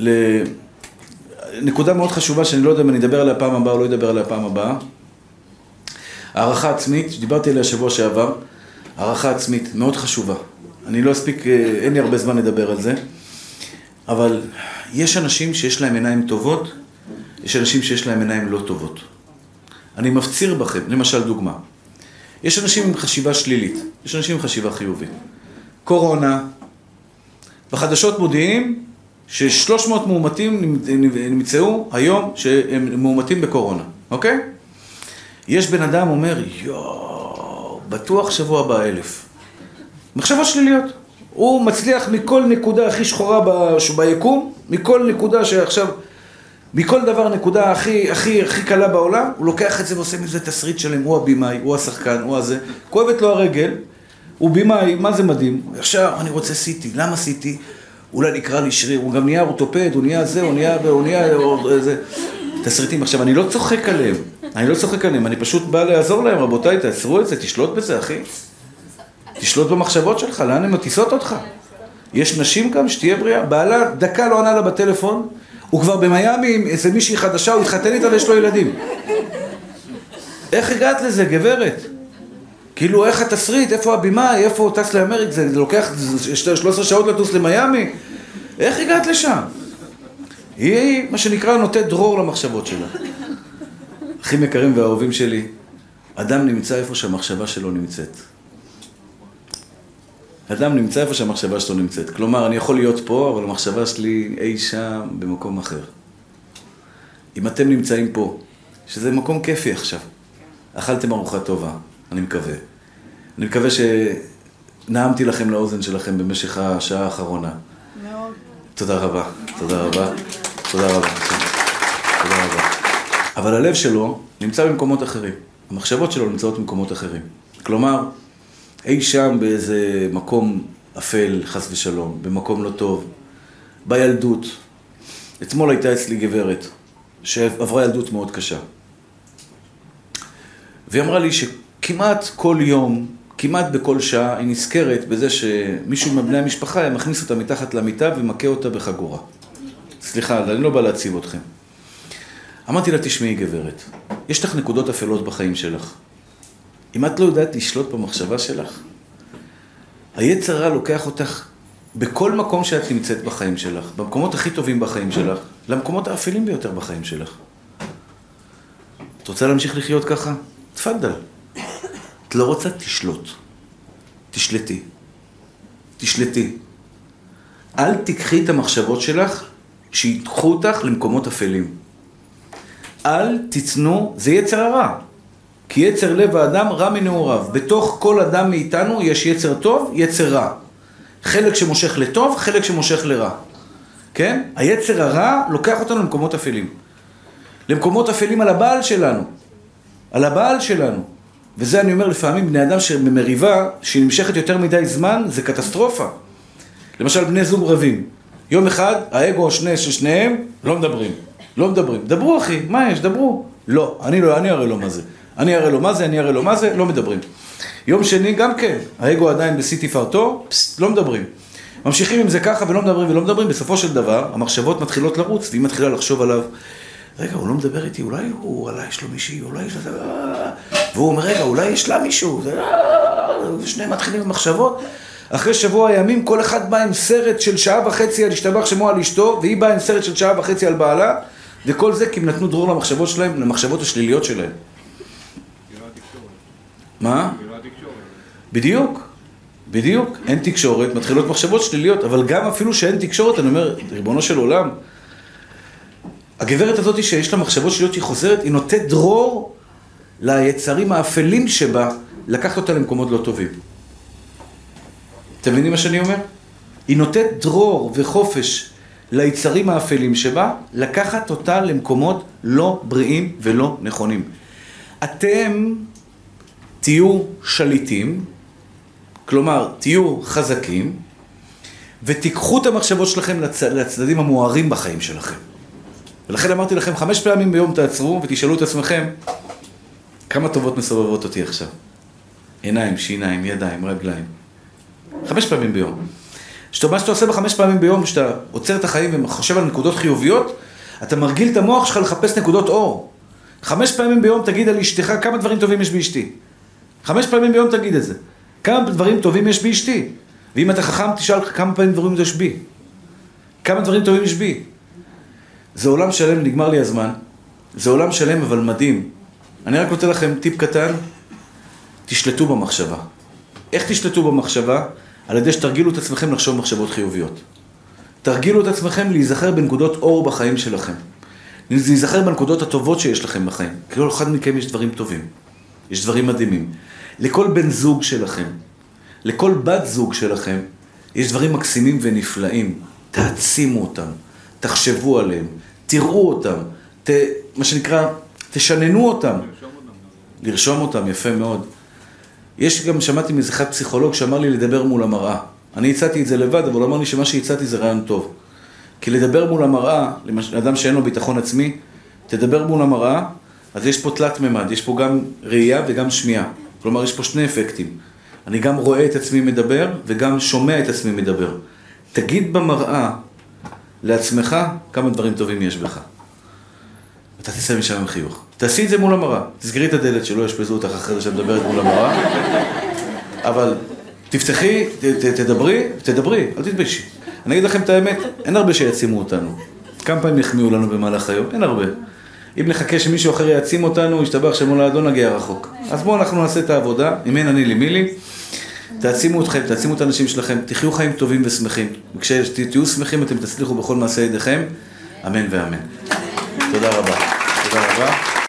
לנקודה מאוד חשובה שאני לא יודע אם אני אדבר עליה פעם הבאה או לא אדבר עליה פעם הבאה. הערכה עצמית, שדיברתי עליה שבוע שעבר, הערכה עצמית מאוד חשובה. אני לא אספיק, אין לי הרבה זמן לדבר על זה, אבל יש אנשים שיש להם עיניים טובות, יש אנשים שיש להם עיניים לא טובות. אני מפציר בכם, למשל דוגמה. יש אנשים עם חשיבה שלילית, יש אנשים עם חשיבה חיובית. קורונה, בחדשות מודיעים ש300 מאומתים נמצאו היום שהם מאומתים בקורונה, אוקיי? יש בן אדם אומר, בטוח שבוע הבא 1,000. מחשבות שליליות. הוא מצליח מכל נקודה הכי שחורה ביקום, מכל נקודה שעכשיו, מכל דבר נקודה הכי קלה בעולם, הוא לוקח את זה ועושה מזה תסריט שלם, הוא הבימאי, הוא השחקן, הוא הזה. כואבת לו הרגל, הוא בימאי, מה זה מדהים? עכשיו אני רוצה סיטי, למה סיטי? אולי נקרא לי שריר, הוא גם נהיה אורתופד, הוא נהיה זה, הוא נהיה זה. תסריטים. עכשיו, אני לא צוחק עליהם, אני פשוט בא לעזור להם, רבותיי, תעצרו את זה, תשלוט בזה, אחי. תשלוט במחשבות שלך, לאן הם מטיסות אותך? יש נשים גם שתהיה בריאה, בעלה דקה לא ענה לה בטלפון, הוא כבר במיימי עם איזה מישהי חדשה, הוא התחתן איתה ויש לו ילדים. איך הגעת לזה, גברת? כאילו, איך התסריט, איפה הבימאי, איפה הוא טס לאמריק, זה לוקח 13 שעות לטוס למיימי? איך הגעת לשם? היא, מה שנקרא, נותנת דרור למחשבות שלה. אחים יקרים והאהובים שלי, אדם נמצא איפה שהמחשבה שלו נמצאת. אדם נמצא איפה שהמחשבה שלו נמצאת. כלומר, אני יכול להיות פה, אבל המחשבה שלי אי שם במקום אחר. אם אתם נמצאים פה, שזה מקום כיפי עכשיו, אכלתם ארוחה טובה, אני מקווה. אני מקווה שנעמתי לכם לאוזן שלכם במשך השעה האחרונה. מאוד. תודה רבה. אבל הלב שלו נמצא במקומות אחרים. המחשבות שלו נמצאות במקומות אחרים. כלומר, אי שם באיזה מקום אפל, חס ושלום, במקום לא טוב, בילדות. אתמול הייתה אצלי גברת, שעברה ילדות מאוד קשה. והיא אמרה לי שכמעט כל יום, כמעט בכל שעה, היא נזכרת בזה שמישהו מבני המשפחה היה מכניס אותה מתחת למיטה ומכה אותה בחגורה. סליחה, אני לא בא להציב אתכם. אמרתי לה, תשמעי גברת, יש לך נקודות אפלות בחיים שלך. אם את לא יודעת לשלוט במחשבה שלך, היצר הרע לוקח אותך בכל מקום שאת נמצאת בחיים שלך, במקומות הכי טובים בחיים שלך, למקומות האפלים ביותר בחיים שלך. את רוצה להמשיך לחיות ככה? תפדל. את לא רוצה? תשלוט. תשלטי. אל תיקחי את המחשבות שלך שידחו אותך למקומות אפלים. אל תצנו, זה יצר הרע. כי יצר לב האדם רע מנעוריו. בתוך כל אדם מאיתנו יש יצר טוב, יצר רע. חלק שמושך לטוב, חלק שמושך לרע. כן? היצר הרע לוקח אותנו למקומות אפלים. למקומות אפלים על הבעל שלנו. וזה אני אומר לפעמים, בני אדם שמריבה, שנמשכת יותר מדי זמן, זה קטסטרופה. למשל, בני זוג רבים. יום אחד, האגו של שניהם לא מדברים. דברו אחי, מה יש? דברו. לא, אני אראה לו מה זה, לא מדברים. יום שני גם כן, האגו עדיין בשיא תפארתו, לא מדברים. ממשיכים עם זה ככה ולא מדברים, בסופו של דבר, המחשבות מתחילות לרוץ, והיא מתחילה לחשוב עליו, רגע, הוא לא מדבר איתי, אולי יש לו מישהי, והוא אומר, רגע, אולי יש לה מישהו, ושניהם מתחילים במחשבות. אחרי שבוע ימים, כל אחד בא עם סרט של שעה וחצי על השתבח שמו על אשתו, והיא באה עם סרט של שעה וחצי על בעלה, וכל זה כי הם נתנו דרור למחשבות שלהם, למחשבות השליליות שלהם. מה? בדיוק, אין תקשורת, מתחילות מחשבות שליליות, אבל גם אפילו שאין תקשורת, אני אומר, ריבונו של עולם, הגברת הזאת שיש לה מחשבות שליליות שהיא חוזרת, היא נותנת דרור ליצרים האפלים שבה, לקחת אותה למקומות לא טובים. אתם מבינים מה שאני אומר? היא נותנת דרור וחופש ליצרים האפלים שבה, לקחת אותה למקומות לא בריאים ולא נכונים. אתם תהיו שליטים, כלומר, תהיו חזקים, ותיקחו את המחשבות שלכם לצדדים המוארים בחיים שלכם. ולכן אמרתי לכם, 5 פעמים ביום תעצרו ותשאלו את עצמכם, כמה טובות מסובבות אותי עכשיו? עיניים, שיניים, ידיים, רגליים. 5 פעמים ביום. מה שאתה עושה ב5 פעמים ביום, שאתה עוצר את החיים וחושב על נקודות חיוביות, אתה מרגיל את המוח שלך לחפש נקודות אור. 5 פעמים ביום תגיד על אשתך, כמה דברים טובים יש באשתי. 5 פעמים ביום תגיד את זה. כמה דברים טובים יש באשתי. ואם אתה חכם, תשאל כמה פעמים דברים יש בי. כמה דברים טובים יש בי. זה עולם שלם, נגמר לי הזמן. זה עולם שלם, אבל מדהים. אני רק נותן לכם טיפ קטן. תשלטו במחשבה. איך תשלטו במחשבה? על ידי שתרגילו את עצמכם לחשוב מחשבות חיוביות. תרגילו את עצמכם להיזכר בנקודות אור בחיים שלכם. להיזכר בנקודות הטובות שיש לכם בחיים. כל אחד מכם יש דברים טובים. יש דברים מדהימים. לכל בן זוג שלכם, לכל בת זוג שלכם, יש דברים מקסימים ונפלאים. תעצימו אותם, תחשבו עליהם, תראו אותם, מה שנקרא, תשננו אותם. לרשום אותם, יפה מאוד. יש גם, שמעתי מאיזה אחד פסיכולוג שאמר לי לדבר מול המראה. אני הצעתי את זה לבד, אבל הוא אמר לי שמה שהצעתי זה רעיון טוב. כי לדבר מול המראה, לאדם שאין לו ביטחון עצמי, תדבר מול המראה, אז יש פה תלת ממד, יש פה גם ראייה וגם שמיעה. כלומר, יש פה שני אפקטים. אני גם רואה את עצמי מדבר, וגם שומע את עצמי מדבר. תגיד במראה לעצמך כמה דברים טובים יש בך. אתה תצא משם עם חיוך. תעשי את זה מול המראה. תסגרי את הדלת שלא ישפזו אותך אחרי זה שאת מדברת מול המראה. אבל תפתחי, תדברי, אל תתביישי. אני אגיד לכם את האמת, אין הרבה שיעצימו אותנו. כמה פעמים יחמיאו לנו במהלך היום? אין הרבה. אם נחכה שמישהו אחר יעצים אותנו, ישתבח שמול האדון נגיע רחוק. אז בואו אנחנו נעשה את העבודה, אם אין אני לי מי לי. תעצימו אתכם, תעצימו את האנשים שלכם, תחיו חיים טובים ושמחים. וכשתהיו שמחים אתם תצליחו בכל מעשה ידיכם. אמן ואמן. תודה רבה. תודה רבה.